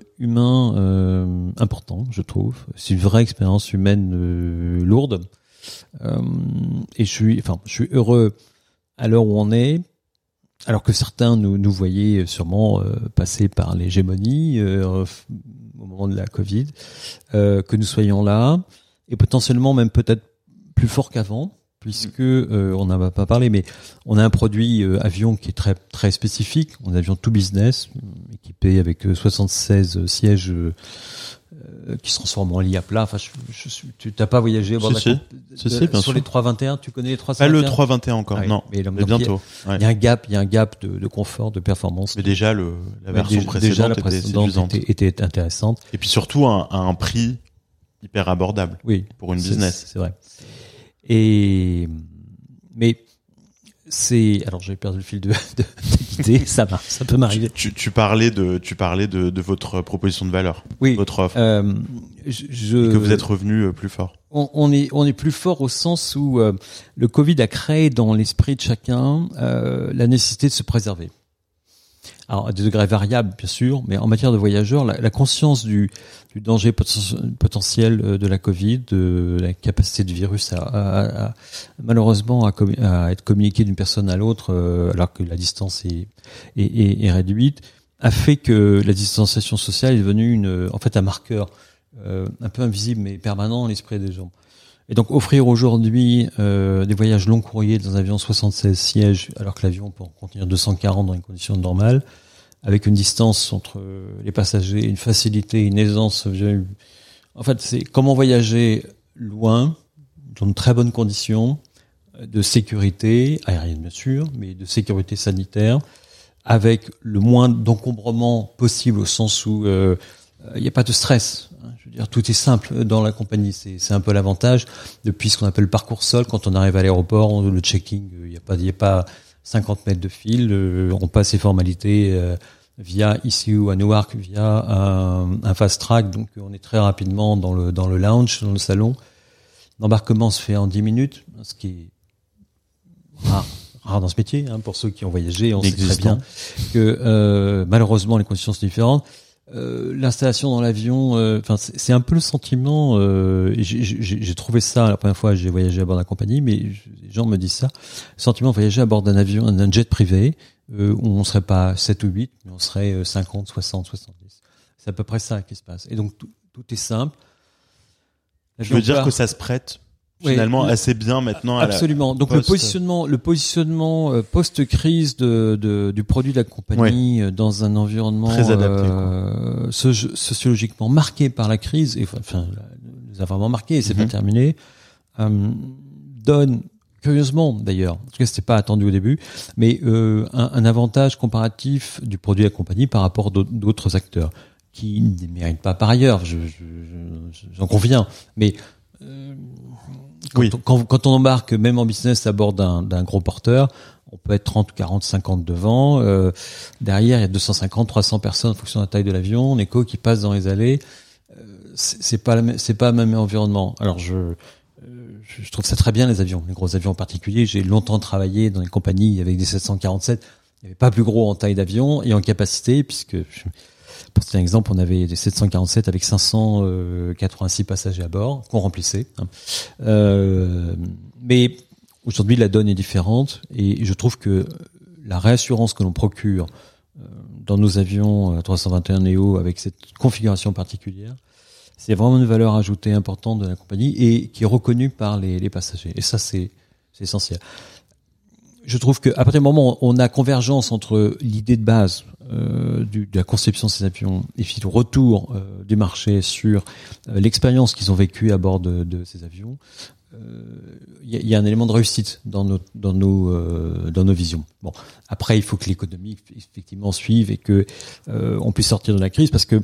humain important, je trouve. C'est une vraie expérience humaine lourde. Et je suis heureux à l'heure où on est, alors que certains nous voyaient sûrement passer par l'hégémonie au moment de la Covid, que nous soyons là, et potentiellement même peut-être plus fort qu'avant, puisque on n'en a pas parlé, mais on a un produit avion qui est très très spécifique. On a un avion tout business, équipé avec 76 sièges qui se transforment en lit à plat. Enfin, tu n'as pas voyagé bien sur sûr. Les 321, tu connais les 321? Pas le 321 encore, non. Mais bientôt. Il y a un gap de confort, de performance. Mais déjà, la version précédente était intéressante. Et puis surtout, à un prix hyper abordable. Oui. Pour une business. C'est vrai. Mais alors j'ai perdu le fil de l'idée, ça peut m'arriver. Tu parlais de votre proposition de valeur. Oui. Votre offre. Et que vous êtes revenu plus fort. on est plus fort au sens où le Covid a créé dans l'esprit de chacun la nécessité de se préserver. Alors à des degrés variables bien sûr, mais en matière de voyageurs, la conscience du danger potentiel de la Covid, de la capacité du virus malheureusement à être communiqué d'une personne à l'autre alors que la distance est réduite, a fait que la distanciation sociale est devenue en fait un marqueur un peu invisible mais permanent dans l'esprit des gens. Et donc offrir aujourd'hui des voyages long courriers dans un avion 76 sièges alors que l'avion peut en contenir 240 dans les conditions normales, avec une distance entre les passagers, une facilité, une aisance. En fait, c'est comment voyager loin, dans de très bonnes conditions, de sécurité aérienne bien sûr, mais de sécurité sanitaire, avec le moins d'encombrement possible au sens où il n'y a pas de stress. Je veux dire, tout est simple dans la compagnie. C'est un peu l'avantage depuis ce qu'on appelle le parcours sol. Quand on arrive à l'aéroport, le checking, il y a pas 50 mètres de fil. On passe les formalités via ici ou à Newark via un fast track. Donc on est très rapidement dans le lounge, dans le salon. L'embarquement se fait en 10 minutes, ce qui est rare dans ce métier. Pour ceux qui ont voyagé, on sait très bien que malheureusement les conditions sont différentes. L'installation dans l'avion, c'est un peu le sentiment. J'ai trouvé ça la première fois que j'ai voyagé à bord de la compagnie, mais les gens me disent ça. Le sentiment de voyager à bord d'un avion, d'un jet privé, où on serait pas 7 ou 8, mais on serait 50, 60, 70. C'est à peu près ça qui se passe. Et donc tout est simple. Je veux dire que ça se prête finalement assez bien maintenant. Absolument. Donc le positionnement post-crise du produit de la compagnie dans un environnement très adapté, sociologiquement marqué par la crise, et nous a vraiment marqué, et c'est pas terminé, donne curieusement d'ailleurs, en tout cas c'était pas attendu au début, mais un avantage comparatif du produit de la compagnie par rapport d'autres acteurs qui ne méritent pas par ailleurs, j'en conviens, mais quand on embarque, même en business, à bord d'un gros porteur, on peut être 30, 40, 50 devant. Derrière, il y a 250, 300 personnes en fonction de la taille de l'avion. On écho qui passe dans les allées. C'est pas le même environnement. Alors, je trouve ça très bien, les avions, les gros avions en particulier. J'ai longtemps travaillé dans des compagnies avec des 747. Il n'y avait pas plus gros en taille d'avion et en capacité, puisque... Pour citer un exemple, on avait des 747 avec 586 passagers à bord qu'on remplissait. Mais aujourd'hui, la donne est différente et je trouve que la réassurance que l'on procure dans nos avions 321 Neo avec cette configuration particulière, c'est vraiment une valeur ajoutée importante de la compagnie et qui est reconnue par les passagers. Et ça, c'est essentiel. Je trouve qu'à partir du moment où on a convergence entre l'idée de base de la conception de ces avions et puis le retour du marché sur l'expérience qu'ils ont vécue à bord de ces avions, il y a un élément de réussite dans nos visions. Bon, après il faut que l'économie effectivement suive et que on puisse sortir de la crise, parce que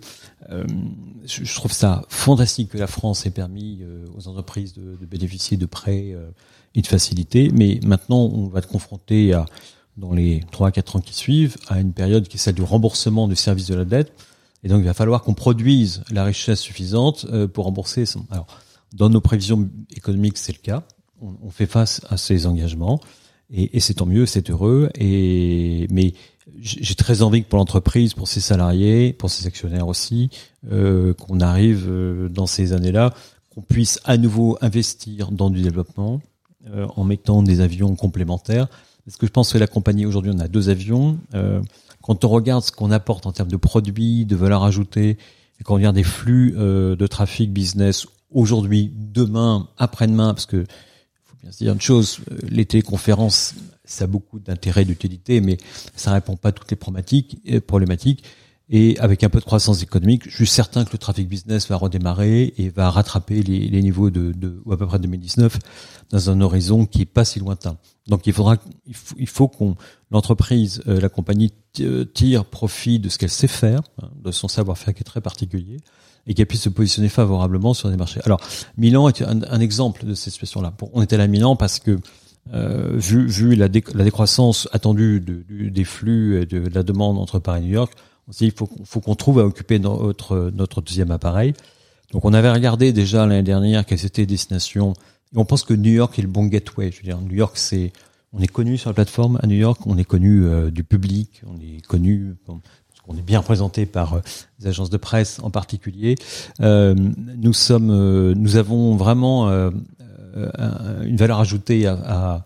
je trouve ça fantastique que la France ait permis aux entreprises de bénéficier de prêts et de facilités, mais maintenant on va être confronté dans les 3-4 ans qui suivent à une période qui est celle du remboursement du service de la dette, et donc il va falloir qu'on produise la richesse suffisante pour rembourser. Alors dans nos prévisions économiques, c'est le cas. On fait face à ces engagements et c'est tant mieux, c'est heureux. Mais j'ai très envie que pour l'entreprise, pour ses salariés, pour ses actionnaires aussi, qu'on arrive dans ces années-là, qu'on puisse à nouveau investir dans du développement en mettant des avions complémentaires. Parce que je pense que la compagnie, aujourd'hui, on a 2 avions. Quand on regarde ce qu'on apporte en termes de produits, de valeur ajoutée, et qu'on regarde des flux de trafic business aujourd'hui, demain, après-demain, parce que faut bien se dire une chose, les téléconférences, ça a beaucoup d'intérêt, d'utilité, mais ça répond pas à toutes les problématiques. Et avec un peu de croissance économique, je suis certain que le trafic business va redémarrer et va rattraper les niveaux de à peu près 2019 dans un horizon qui est pas si lointain. Donc il faut qu'on l'entreprise, la compagnie tire profit de ce qu'elle sait faire, de son savoir-faire qui est très particulier, et qu'elle puisse se positionner favorablement sur des marchés. Alors Milan est un exemple de cette situation-là. On était à Milan parce que vu la décroissance attendue des flux et de la demande entre Paris et New York, on s'est dit il faut qu'on trouve à occuper notre deuxième appareil. Donc on avait regardé déjà l'année dernière quelles étaient les destinations. Et on pense que New York est le bon gateway. Je veux dire, New York, on est connu sur la plateforme à New York, on est connu du public, on est connu, on est bien représenté par des agences de presse en particulier. Nous avons vraiment une valeur ajoutée à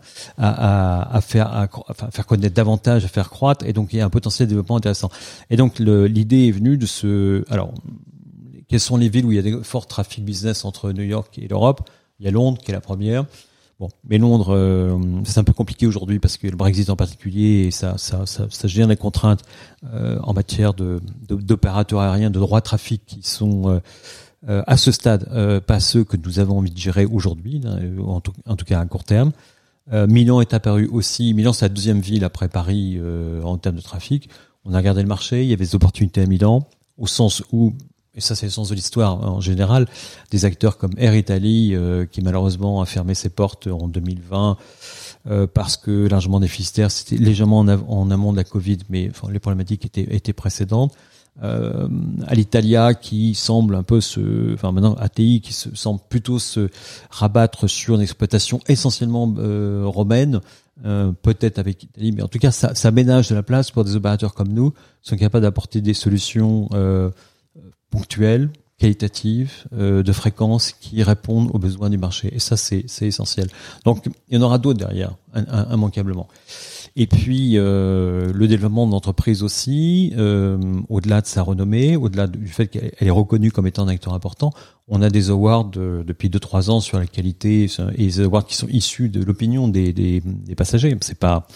faire connaître davantage, à faire croître, et donc il y a un potentiel de développement intéressant. Et donc l'idée est venue de alors, quelles sont les villes où il y a des forts trafics business entre New York et l'Europe? Il y a Londres qui est la première. Bon, mais Londres, c'est un peu compliqué aujourd'hui parce que le Brexit en particulier, et ça génère des contraintes en matière d'opérateurs aériens, de droits de trafic qui sont à ce stade pas ceux que nous avons envie de gérer aujourd'hui, en tout cas à court terme. Milan est apparu aussi. Milan, c'est la deuxième ville après Paris en termes de trafic. On a regardé le marché, il y avait des opportunités à Milan, au sens où, et ça c'est le sens de l'histoire en général, des acteurs comme Air Italy qui malheureusement a fermé ses portes en 2020 parce que largement déficitaire, c'était légèrement en amont de la Covid, mais enfin, les problématiques étaient précédentes. Alitalia qui semble un peu maintenant ATI qui semble plutôt se rabattre sur une exploitation essentiellement romaine, peut-être avec Italie, mais en tout cas ça ménage de la place pour des opérateurs comme nous qui sont capables d'apporter des solutions ponctuelles, qualitatives, de fréquences qui répondent aux besoins du marché. Et ça, c'est essentiel. Donc, il y en aura d'autres derrière, immanquablement. Et puis, le développement de l'entreprise aussi, au-delà de sa renommée, au-delà du fait qu'elle est reconnue comme étant un acteur important, on a des awards depuis 2-3 ans sur la qualité, et des awards qui sont issus de l'opinion des passagers. C'est pas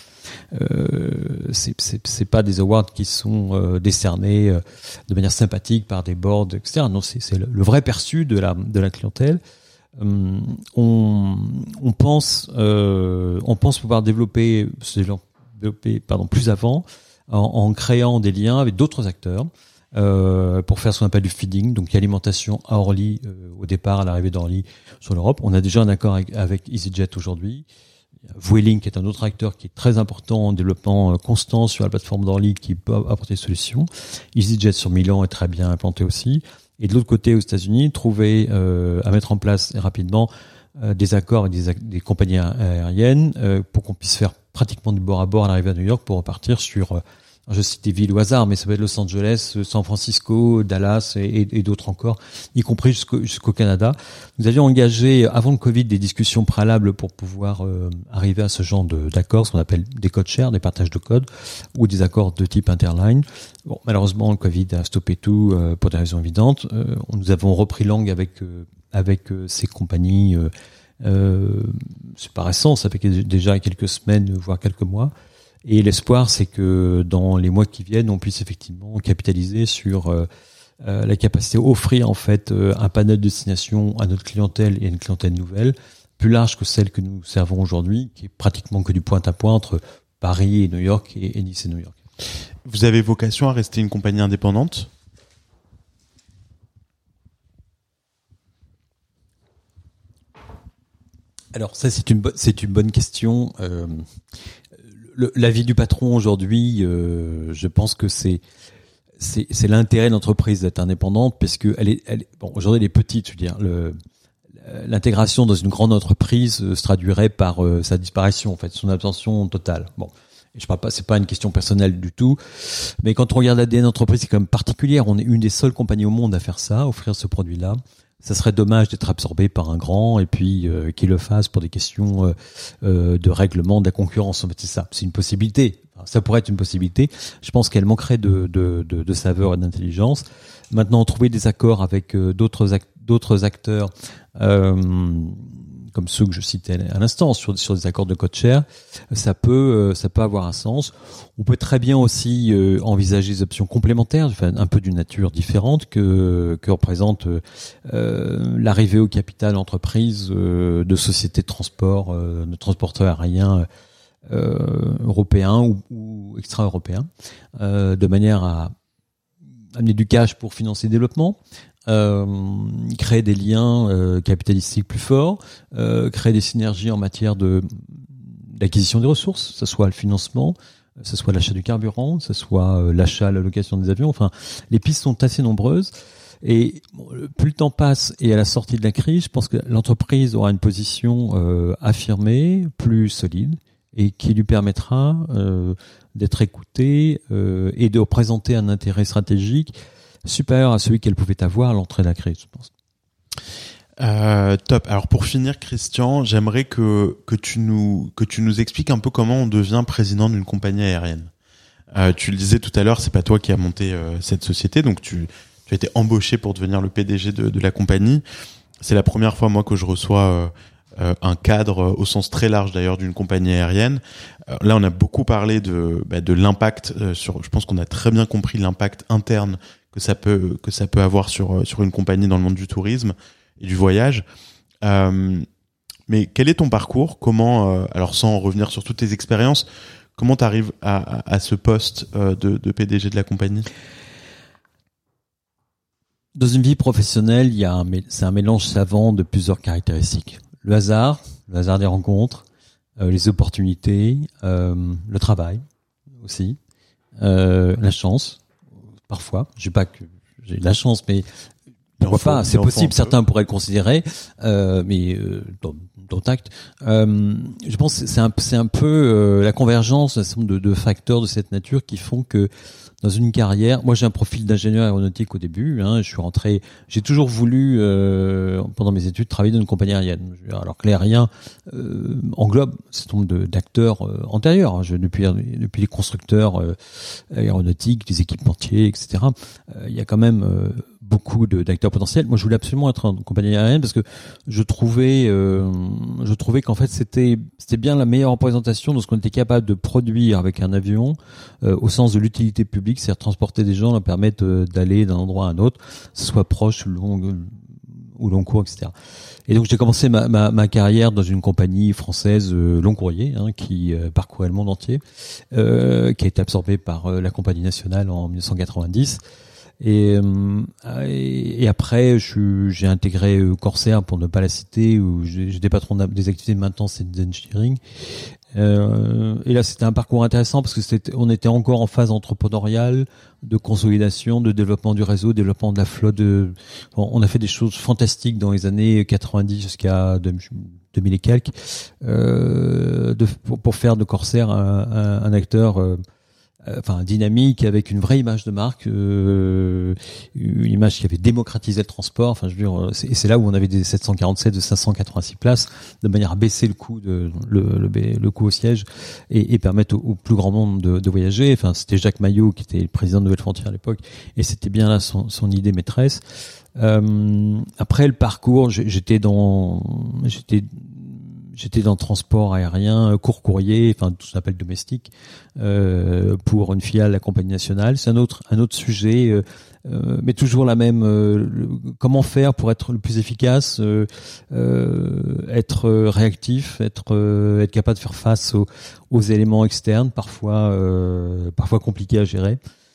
des awards qui sont décernés de manière sympathique par des boards, etc. Non, c'est le vrai perçu de la clientèle. On pense pouvoir développer plus avant en créant des liens avec d'autres acteurs pour faire ce qu'on appelle du feeding, donc alimentation à Orly au départ, à l'arrivée d'Orly sur l'Europe. On a déjà un accord avec EasyJet aujourd'hui. Vueling qui est un autre acteur qui est très important en développement constant sur la plateforme d'Orly qui peut apporter des solutions. EasyJet sur Milan est très bien implanté aussi. Et de l'autre côté, aux États-Unis, trouver à mettre en place rapidement des accords avec des compagnies aériennes pour qu'on puisse faire pratiquement du bord à bord à l'arrivée à New York pour repartir sur, je cite des villes au hasard, mais ça peut être Los Angeles, San Francisco, Dallas et d'autres encore, y compris jusqu'au Canada. Nous avions engagé avant le Covid des discussions préalables pour pouvoir arriver à ce genre d'accords, ce qu'on appelle des code share, des partages de code, ou des accords de type interline. Bon, malheureusement, le Covid a stoppé tout pour des raisons évidentes. Nous avons repris langue avec ces compagnies. C'est pas récent, ça fait déjà quelques semaines, voire quelques mois. Et l'espoir, c'est que dans les mois qui viennent, on puisse effectivement capitaliser sur la capacité à offrir en fait un panel de destinations à notre clientèle et à une clientèle nouvelle, plus large que celle que nous servons aujourd'hui, qui est pratiquement que du point à point entre Paris et New York et Nice et New York. Vous avez vocation à rester une compagnie indépendante ? Alors ça, c'est une bonne question. La vie du patron aujourd'hui, je pense que c'est l'intérêt de l'entreprise d'être indépendante, parce que aujourd'hui elle est petite. Je veux dire, l'intégration dans une grande entreprise se traduirait par sa disparition, en fait, son absorption totale. Bon, et je parle pas, c'est pas une question personnelle du tout, mais quand on regarde l'ADN d'entreprise, c'est quand même particulière. On est une des seules compagnies au monde à faire ça, offrir ce produit-là. Ça serait dommage d'être absorbé par un grand et puis qu'il le fasse pour des questions de règlement de la concurrence. En fait, c'est ça, c'est une possibilité. Enfin, ça pourrait être une possibilité. Je pense qu'elle manquerait de saveur et d'intelligence. Maintenant, trouver des accords avec d'autres acteurs comme ceux que je citais à l'instant sur des accords de code share, ça peut avoir un sens. On peut très bien aussi envisager des options complémentaires, enfin, un peu d'une nature différente que représente l'arrivée au capital entreprise de sociétés de transport, de transporteurs aériens européens ou extra-européens, de manière à amener du cash pour financer le développement, créer des liens capitalistiques plus forts, créer des synergies en matière d'acquisition des ressources, que ce soit le financement, que ce soit l'achat du carburant, que ce soit l'achat, la location des avions. Enfin, les pistes sont assez nombreuses. Et plus le temps passe et à la sortie de la crise, je pense que l'entreprise aura une position affirmée, plus solide, et qui lui permettra d'être écoutée et de représenter un intérêt stratégique supérieur à celui qu'elle pouvait avoir à l'entrée de la crise, je pense. Top. Alors pour finir, Christian, j'aimerais que tu nous expliques un peu comment on devient président d'une compagnie aérienne. Tu le disais tout à l'heure, c'est pas toi qui as monté cette société, donc tu as été embauché pour devenir le PDG de la compagnie. C'est la première fois moi que je reçois un cadre au sens très large d'ailleurs d'une compagnie aérienne. Là, on a beaucoup parlé de l'impact sur. Je pense qu'on a très bien compris l'impact interne que ça peut avoir sur une compagnie dans le monde du tourisme et du voyage. Mais quel est ton parcours ? Comment, alors sans revenir sur toutes tes expériences, comment tu arrives à ce poste de PDG de la compagnie ? Dans une vie professionnelle, c'est un mélange savant de plusieurs caractéristiques. Le hasard des rencontres, les opportunités, le travail aussi, la chance, parfois. Je sais pas que j'ai de la chance, mais pourquoi pas, c'est possible, certains pourraient le considérer, mais dans tact. Je pense que c'est un peu la convergence d'un certain nombre de facteurs de cette nature qui font que dans une carrière, moi j'ai un profil d'ingénieur aéronautique au début, je suis rentré, j'ai toujours voulu pendant mes études travailler dans une compagnie aérienne, alors que l'aérien englobe un certain nombre d'acteurs antérieurs, depuis les constructeurs aéronautiques, les équipementiers, etc. Il y a quand même beaucoup d'acteurs potentiels. Moi, je voulais absolument être en compagnie aérienne parce que je trouvais qu'en fait c'était bien la meilleure représentation de ce qu'on était capable de produire avec un avion au sens de l'utilité publique, c'est-à-dire transporter des gens, leur permettre d'aller d'un endroit à un autre, que ce soit proche ou long cours, etc. Et donc j'ai commencé ma carrière dans une compagnie française long courrier qui parcourait le monde entier, qui a été absorbée par la compagnie nationale en 1990. Et après, j'ai intégré Corsair, pour ne pas la citer, où j'étais patron des activités de maintenance et d'engineering. Et là, c'était un parcours intéressant parce que on était encore en phase entrepreneuriale, de consolidation, de développement du réseau, développement de la flotte. On a fait des choses fantastiques dans les années 90 jusqu'à 2000 et quelques, pour faire de Corsair un acteur dynamique, avec une vraie image de marque, une image qui avait démocratisé le transport. Enfin, je veux dire, c'est là où on avait des 747 de 586 places, de manière à baisser le coût le coût au siège et permettre au plus grand nombre de voyager. Enfin, c'était Jacques Maillot qui était le président de Nouvelle Frontière à l'époque, et c'était bien là son idée maîtresse. Après le parcours, j'étais dans le transport aérien, court courrier, enfin tout ce qu'on appelle domestique, pour une filiale de la compagnie nationale. C'est un autre sujet, mais toujours la même. Comment faire pour être le plus efficace, être réactif, être capable de faire face aux éléments externes, parfois compliqués à gérer.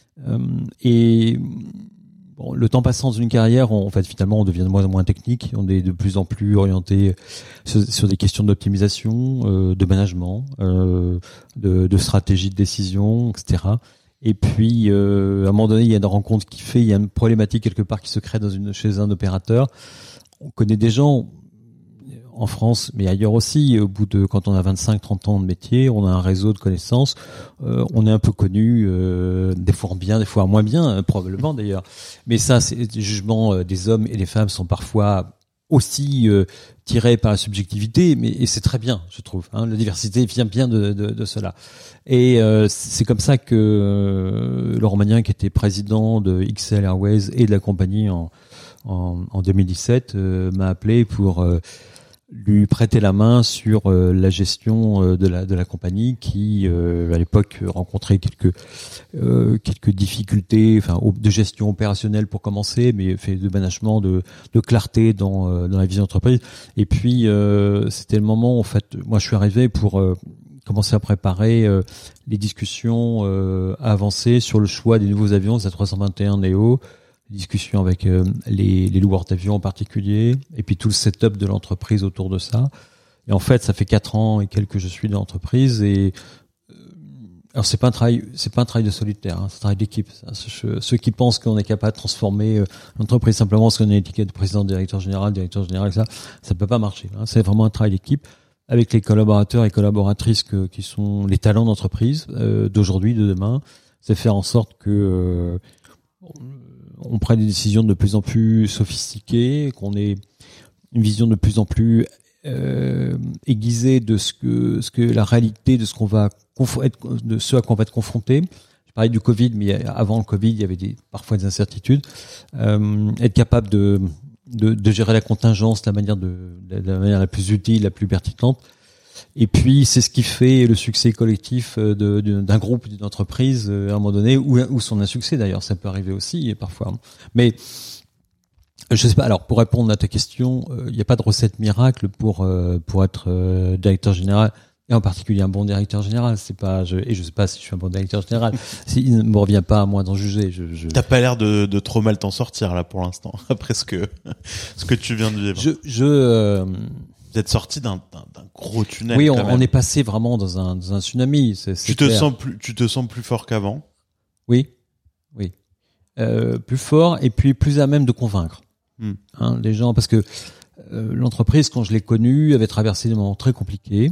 Bon, le temps passant dans une carrière, finalement, on devient de moins en moins technique. On est de plus en plus orienté sur des questions d'optimisation, de management, de stratégie de décision, etc. Et puis, à un moment donné, il y a une rencontre il y a une problématique quelque part qui se crée chez un opérateur. On connaît des gens en France, mais ailleurs aussi. Quand on a 25-30 ans de métier, on a un réseau de connaissances. On est un peu connu, des fois bien, des fois moins bien, probablement d'ailleurs. Mais ça, les jugements des hommes et des femmes sont parfois aussi tirés par la subjectivité, et c'est très bien, je trouve. La diversité vient bien de cela. Et c'est comme ça que Laurent Magnin, qui était président de XL Airways et de la compagnie en 2017, m'a appelé pour lui prêter la main sur la gestion de la compagnie, qui à l'époque rencontrait quelques difficultés, de gestion opérationnelle pour commencer, mais fait de management, de clarté dans la vision d'entreprise. Et puis c'était le moment, en fait, moi je suis arrivé pour commencer à préparer les discussions avancées sur le choix des nouveaux avions, les A321 Neo, discussions avec les loueurs d'avions en particulier, et puis tout le setup de l'entreprise autour de ça. Et en fait, ça fait 4 ans et quelques que je suis dans l'entreprise, et Alors c'est pas un travail de solitaire, hein, c'est un travail d'équipe. Ceux qui pensent qu'on est capable de transformer l'entreprise simplement parce qu'on a une étiquette de président, directeur général, ça peut pas marcher. Hein. C'est vraiment un travail d'équipe avec les collaborateurs et collaboratrices qui sont les talents d'entreprise d'aujourd'hui, de demain. C'est faire en sorte que on prenne des décisions de plus en plus sophistiquées, qu'on ait une vision de plus en plus aiguisée de ce que la réalité de ce qu'on va de ce à quoi on va être confronté. Je parlais du Covid, mais avant le Covid, il y avait parfois des incertitudes. Être capable de gérer la contingence de la manière la plus utile, la plus pertinente. Et puis, c'est ce qui fait le succès collectif d'un groupe, d'une entreprise, à un moment donné, ou son insuccès d'ailleurs. Ça peut arriver aussi, parfois. Mais, je sais pas. Alors, pour répondre à ta question, il n'y a pas de recette miracle pour être directeur général. Et en particulier un bon directeur général, et je sais pas si je suis un bon directeur général. Il ne me revient pas à moi d'en juger. T'as pas l'air de trop mal t'en sortir là pour l'instant, après ce que tu viens de vivre. Vous êtes sorti d'un gros tunnel. Oui, on est passé vraiment dans un tsunami. Tu te sens plus fort qu'avant. Oui, plus fort et puis plus à même de convaincre les gens, parce que l'entreprise, quand je l'ai connue, avait traversé des moments très compliqués.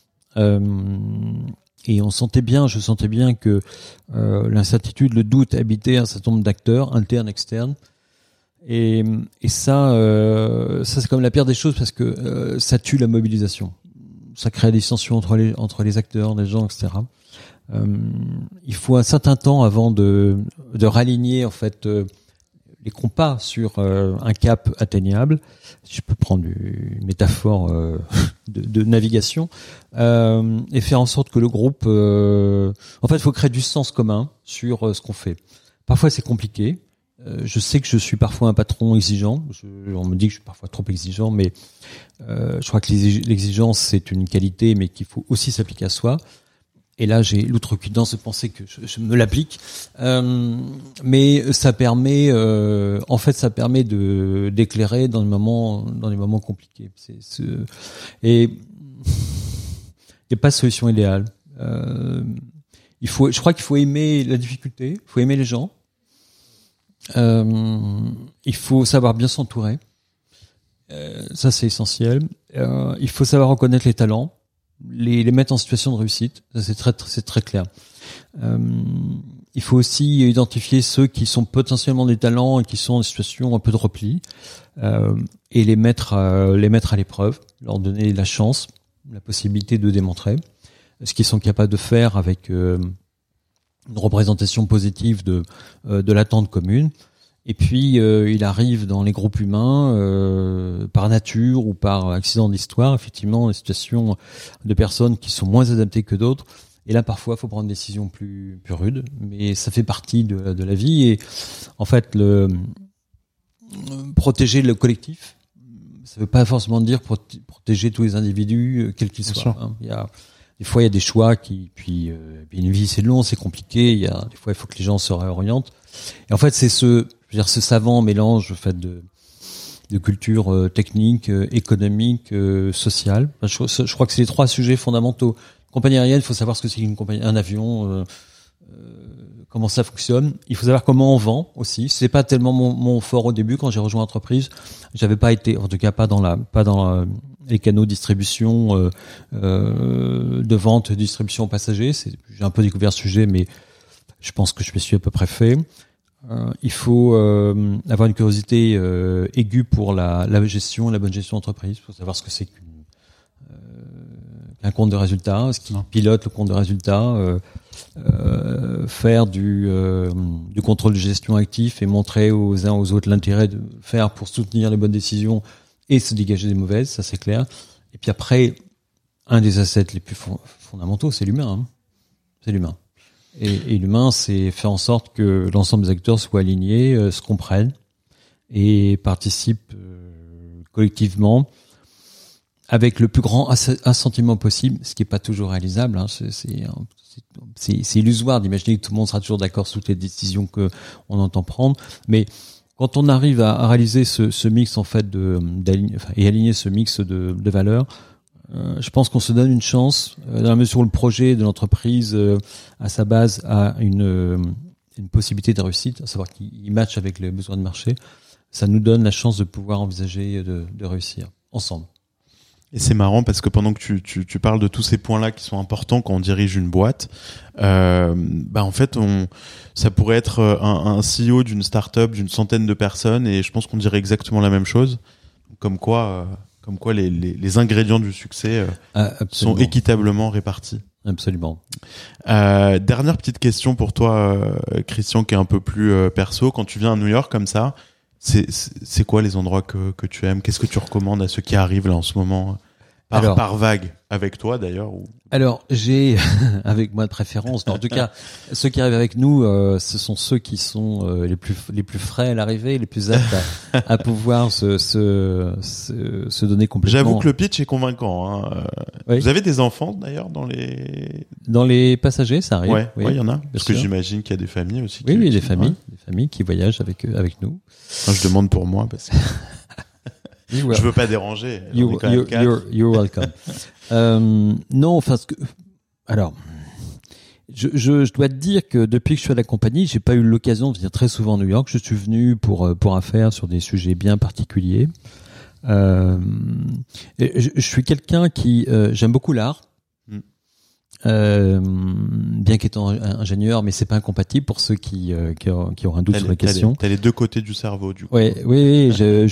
Et je sentais bien que l'incertitude, le doute habitait un certain nombre d'acteurs, internes, externes. Et ça c'est comme la pire des choses, parce que ça tue la mobilisation. Ça crée des tensions entre les acteurs, les gens, etc. Il faut un certain temps avant de raligner en fait les compas sur un cap atteignable. Si je peux prendre une métaphore de navigation, et faire en sorte que le groupe, en fait, il faut créer du sens commun sur ce qu'on fait. Parfois, c'est compliqué. Je sais que je suis parfois un patron exigeant. On me dit que je suis parfois trop exigeant, mais je crois que l'exigence, c'est une qualité, mais qu'il faut aussi s'appliquer à soi. Et là, j'ai l'outrecuidance de penser que je me l'applique. Mais ça permet, d'éclairer dans les moments compliqués. Et il n'y a pas de solution idéale. Je crois qu'il faut aimer la difficulté, il faut aimer les gens. Il faut savoir bien s'entourer. Ça, c'est essentiel. Il faut savoir reconnaître les talents, les mettre en situation de réussite. Ça, c'est très clair. Il faut aussi identifier ceux qui sont potentiellement des talents et qui sont en situation un peu de repli, et les mettre à l'épreuve, leur donner la chance, la possibilité de démontrer ce qu'ils sont capables de faire avec une représentation positive de l'attente commune. Et puis il arrive dans les groupes humains, par nature ou par accident d'histoire, effectivement, des situations de personnes qui sont moins adaptées que d'autres. Et là, parfois, il faut prendre des décisions plus rudes, mais ça fait partie de la vie. Et en fait, protéger le collectif, ça veut pas forcément dire protéger tous les individus, quels qu'ils soient. Hein. Des fois, il y a des choix puis une vie, c'est long, c'est compliqué. Des fois, il faut que les gens se réorientent. Et en fait, c'est ce savant mélange, en fait, de culture technique, économique, sociale. Je crois que c'est les trois sujets fondamentaux. Compagnie aérienne, il faut savoir ce que c'est un avion, comment ça fonctionne. Il faut savoir comment on vend aussi. C'est pas tellement mon fort au début quand j'ai rejoint l'entreprise. J'avais pas été, en tout cas pas dans les canaux de distribution, de vente, distribution passagers. J'ai un peu découvert ce sujet, mais je pense que je me suis à peu près fait. Il faut avoir une curiosité aiguë pour la bonne gestion d'entreprise. Il faut savoir ce que c'est qu'un compte de résultat, ce qui pilote le compte de résultat, faire du contrôle de gestion actif et montrer aux uns aux autres l'intérêt de faire pour soutenir les bonnes décisions et se dégager des mauvaises, ça c'est clair. Et puis après, un des assets les plus fondamentaux, c'est l'humain. Hein. C'est l'humain. Et l'humain, c'est faire en sorte que l'ensemble des acteurs soient alignés, se comprennent et participent collectivement avec le plus grand assentiment possible, ce qui est pas toujours réalisable. Hein. C'est illusoire d'imaginer que tout le monde sera toujours d'accord sur toutes les décisions que on entend prendre. Mais quand on arrive à réaliser ce mix en fait et aligner ce mix de valeurs, Je pense qu'on se donne une chance dans la mesure où le projet de l'entreprise, à sa base, a une possibilité de réussite, à savoir qu'il matche avec les besoins de marché. Ça nous donne la chance de pouvoir envisager de réussir ensemble. Et c'est marrant parce que pendant que tu parles de tous ces points-là qui sont importants quand on dirige une boîte, en fait, ça pourrait être un CEO d'une start-up d'une centaine de personnes et je pense qu'on dirait exactement la même chose. Comme quoi les ingrédients du succès sont équitablement répartis. Absolument. Dernière petite question pour toi, Christian, qui est un peu plus perso. Quand tu viens à New York comme ça, c'est quoi les endroits que tu aimes? Qu'est-ce que tu recommandes à ceux qui arrivent là en ce moment par vague, avec toi d'ailleurs Alors, j'ai avec moi de préférence, mais en tout cas, ceux qui arrivent avec nous, ce sont ceux qui sont les plus frais à l'arrivée, les plus aptes à pouvoir se donner complètement. J'avoue que le pitch est convaincant. Hein. Oui. Vous avez des enfants d'ailleurs dans les passagers, ça arrive. Ouais, il y en a. Parce que sûr. J'imagine qu'il y a des familles aussi. Oui, des familles qui voyagent avec nous. Enfin, je demande pour moi parce que je veux pas déranger. You're welcome. Non, enfin, alors, je dois te dire que depuis que je suis à la compagnie, j'ai pas eu l'occasion de venir très souvent à New York. Je suis venu pour affaires sur des sujets bien particuliers. Je suis quelqu'un qui j'aime beaucoup l'art. Bien qu'étant ingénieur, mais c'est pas incompatible pour ceux qui auront un doute sur la question. T'as les deux côtés du cerveau, du coup. Oui,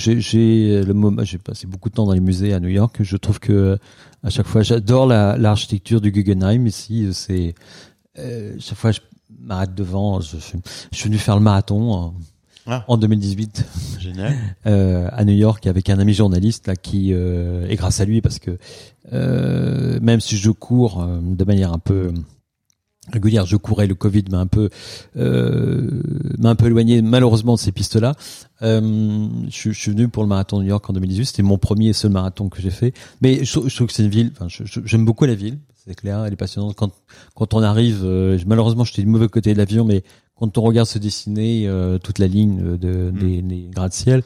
j'ai passé beaucoup de temps dans les musées à New York. Je trouve que à chaque fois, j'adore l'architecture du Guggenheim ici. Chaque fois, je m'arrête devant. Je suis venu faire le marathon en 2018. Génial. À New York avec un ami journaliste là qui et grâce à lui parce que même si je cours de manière un peu régulière, je courais, le Covid m'a un peu éloigné malheureusement de ces pistes-là. Je suis venu pour le marathon de New York en 2018, c'était mon premier et seul marathon que j'ai fait. Mais je trouve que c'est une ville, enfin j'aime beaucoup la ville, c'est clair, elle est passionnante. Quand on arrive, malheureusement j'étais du mauvais côté de l'avion, mais quand on regarde se dessiner toute la ligne des gratte-ciel,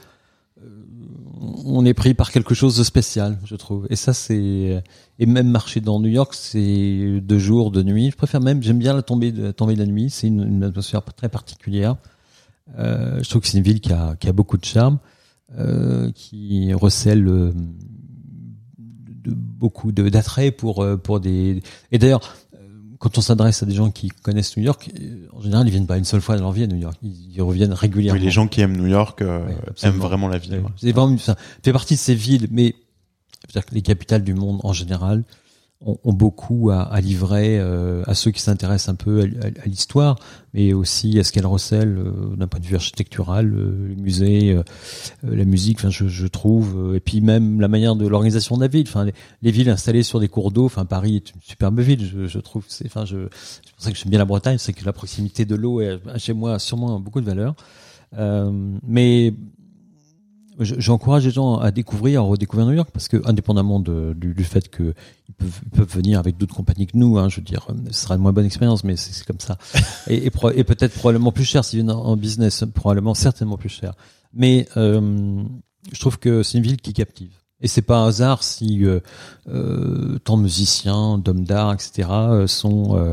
on est pris par quelque chose de spécial, je trouve. Et ça, et même marcher dans New York, c'est 2 jours, 2 nuits. J'aime bien la tombée de la nuit. C'est une atmosphère très particulière. Je trouve que c'est une ville qui a beaucoup de charme, qui recèle beaucoup d'attrait pour des. Et d'ailleurs, quand on s'adresse à des gens qui connaissent New York, en général, ils viennent pas une seule fois dans leur vie à New York. Ils reviennent régulièrement. Oui, les gens qui aiment New York aiment vraiment la ville. Ouais. C'est vraiment, fait partie de ces villes, mais c'est-à-dire que les capitales du monde en général ont beaucoup à livrer à ceux qui s'intéressent un peu à l'histoire, mais aussi à ce qu'elle recèle d'un point de vue architectural, le musée, la musique. Enfin, je trouve, et puis même la manière de l'organisation de la ville. Enfin, les villes installées sur des cours d'eau. Enfin, Paris est une superbe ville. Je trouve. C'est pour ça que j'aime bien la Bretagne, c'est que la proximité de l'eau est chez moi sûrement beaucoup de valeur. Mais j'encourage les gens à redécouvrir New York parce que, indépendamment du fait que ils peuvent venir avec d'autres compagnies que nous, je veux dire, ce sera une moins bonne expérience, mais c'est comme ça. Et peut-être probablement plus cher s'ils viennent en business, certainement plus cher. Mais je trouve que c'est une ville qui captive. Et c'est pas un hasard si tant de musiciens, d'hommes d'art, etc. sont,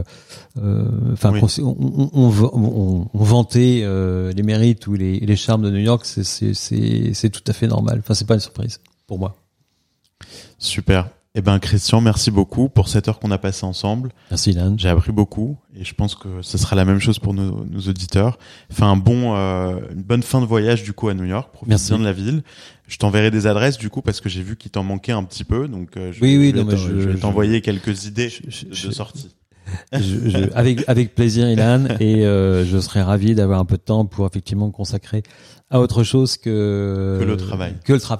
on vantait les mérites ou les charmes de New York. C'est tout à fait normal. Enfin, c'est pas une surprise pour moi. Super. Eh ben, Christian, merci beaucoup pour cette heure qu'on a passée ensemble. Merci, Ilan. J'ai appris beaucoup et je pense que ce sera la même chose pour nos auditeurs. Fais une bonne fin de voyage du coup à New York. Profite bien de la ville. Je t'enverrai des adresses du coup parce que j'ai vu qu'il t'en manquait un petit peu, donc je vais t'envoyer quelques idées de sortie. Avec plaisir, Ilan, et je serais ravi d'avoir un peu de temps pour effectivement consacrer à autre chose que le travail.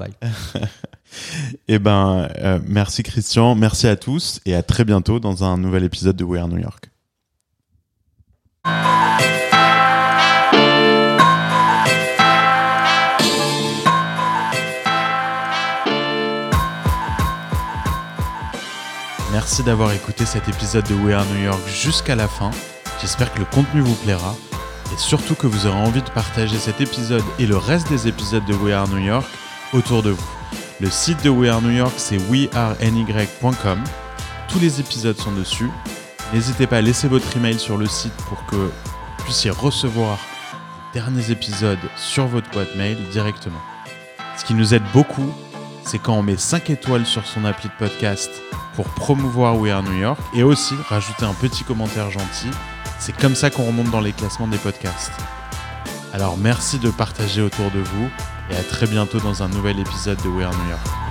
Eh ben, merci Christian, merci à tous et à très bientôt dans un nouvel épisode de We Are New York. Merci d'avoir écouté cet épisode de We Are New York jusqu'à la fin. J'espère que le contenu vous plaira et surtout que vous aurez envie de partager cet épisode et le reste des épisodes de We Are New York autour de vous. Le site de We Are New York, c'est weareny.com. Tous les épisodes sont dessus. N'hésitez pas à laisser votre email sur le site pour que vous puissiez recevoir les derniers épisodes sur votre boîte mail directement. Ce qui nous aide beaucoup, c'est quand on met 5 étoiles sur son appli de podcast pour promouvoir We Are New York et aussi rajouter un petit commentaire gentil. C'est comme ça qu'on remonte dans les classements des podcasts. Alors merci de partager autour de vous et à très bientôt dans un nouvel épisode de We Are New York.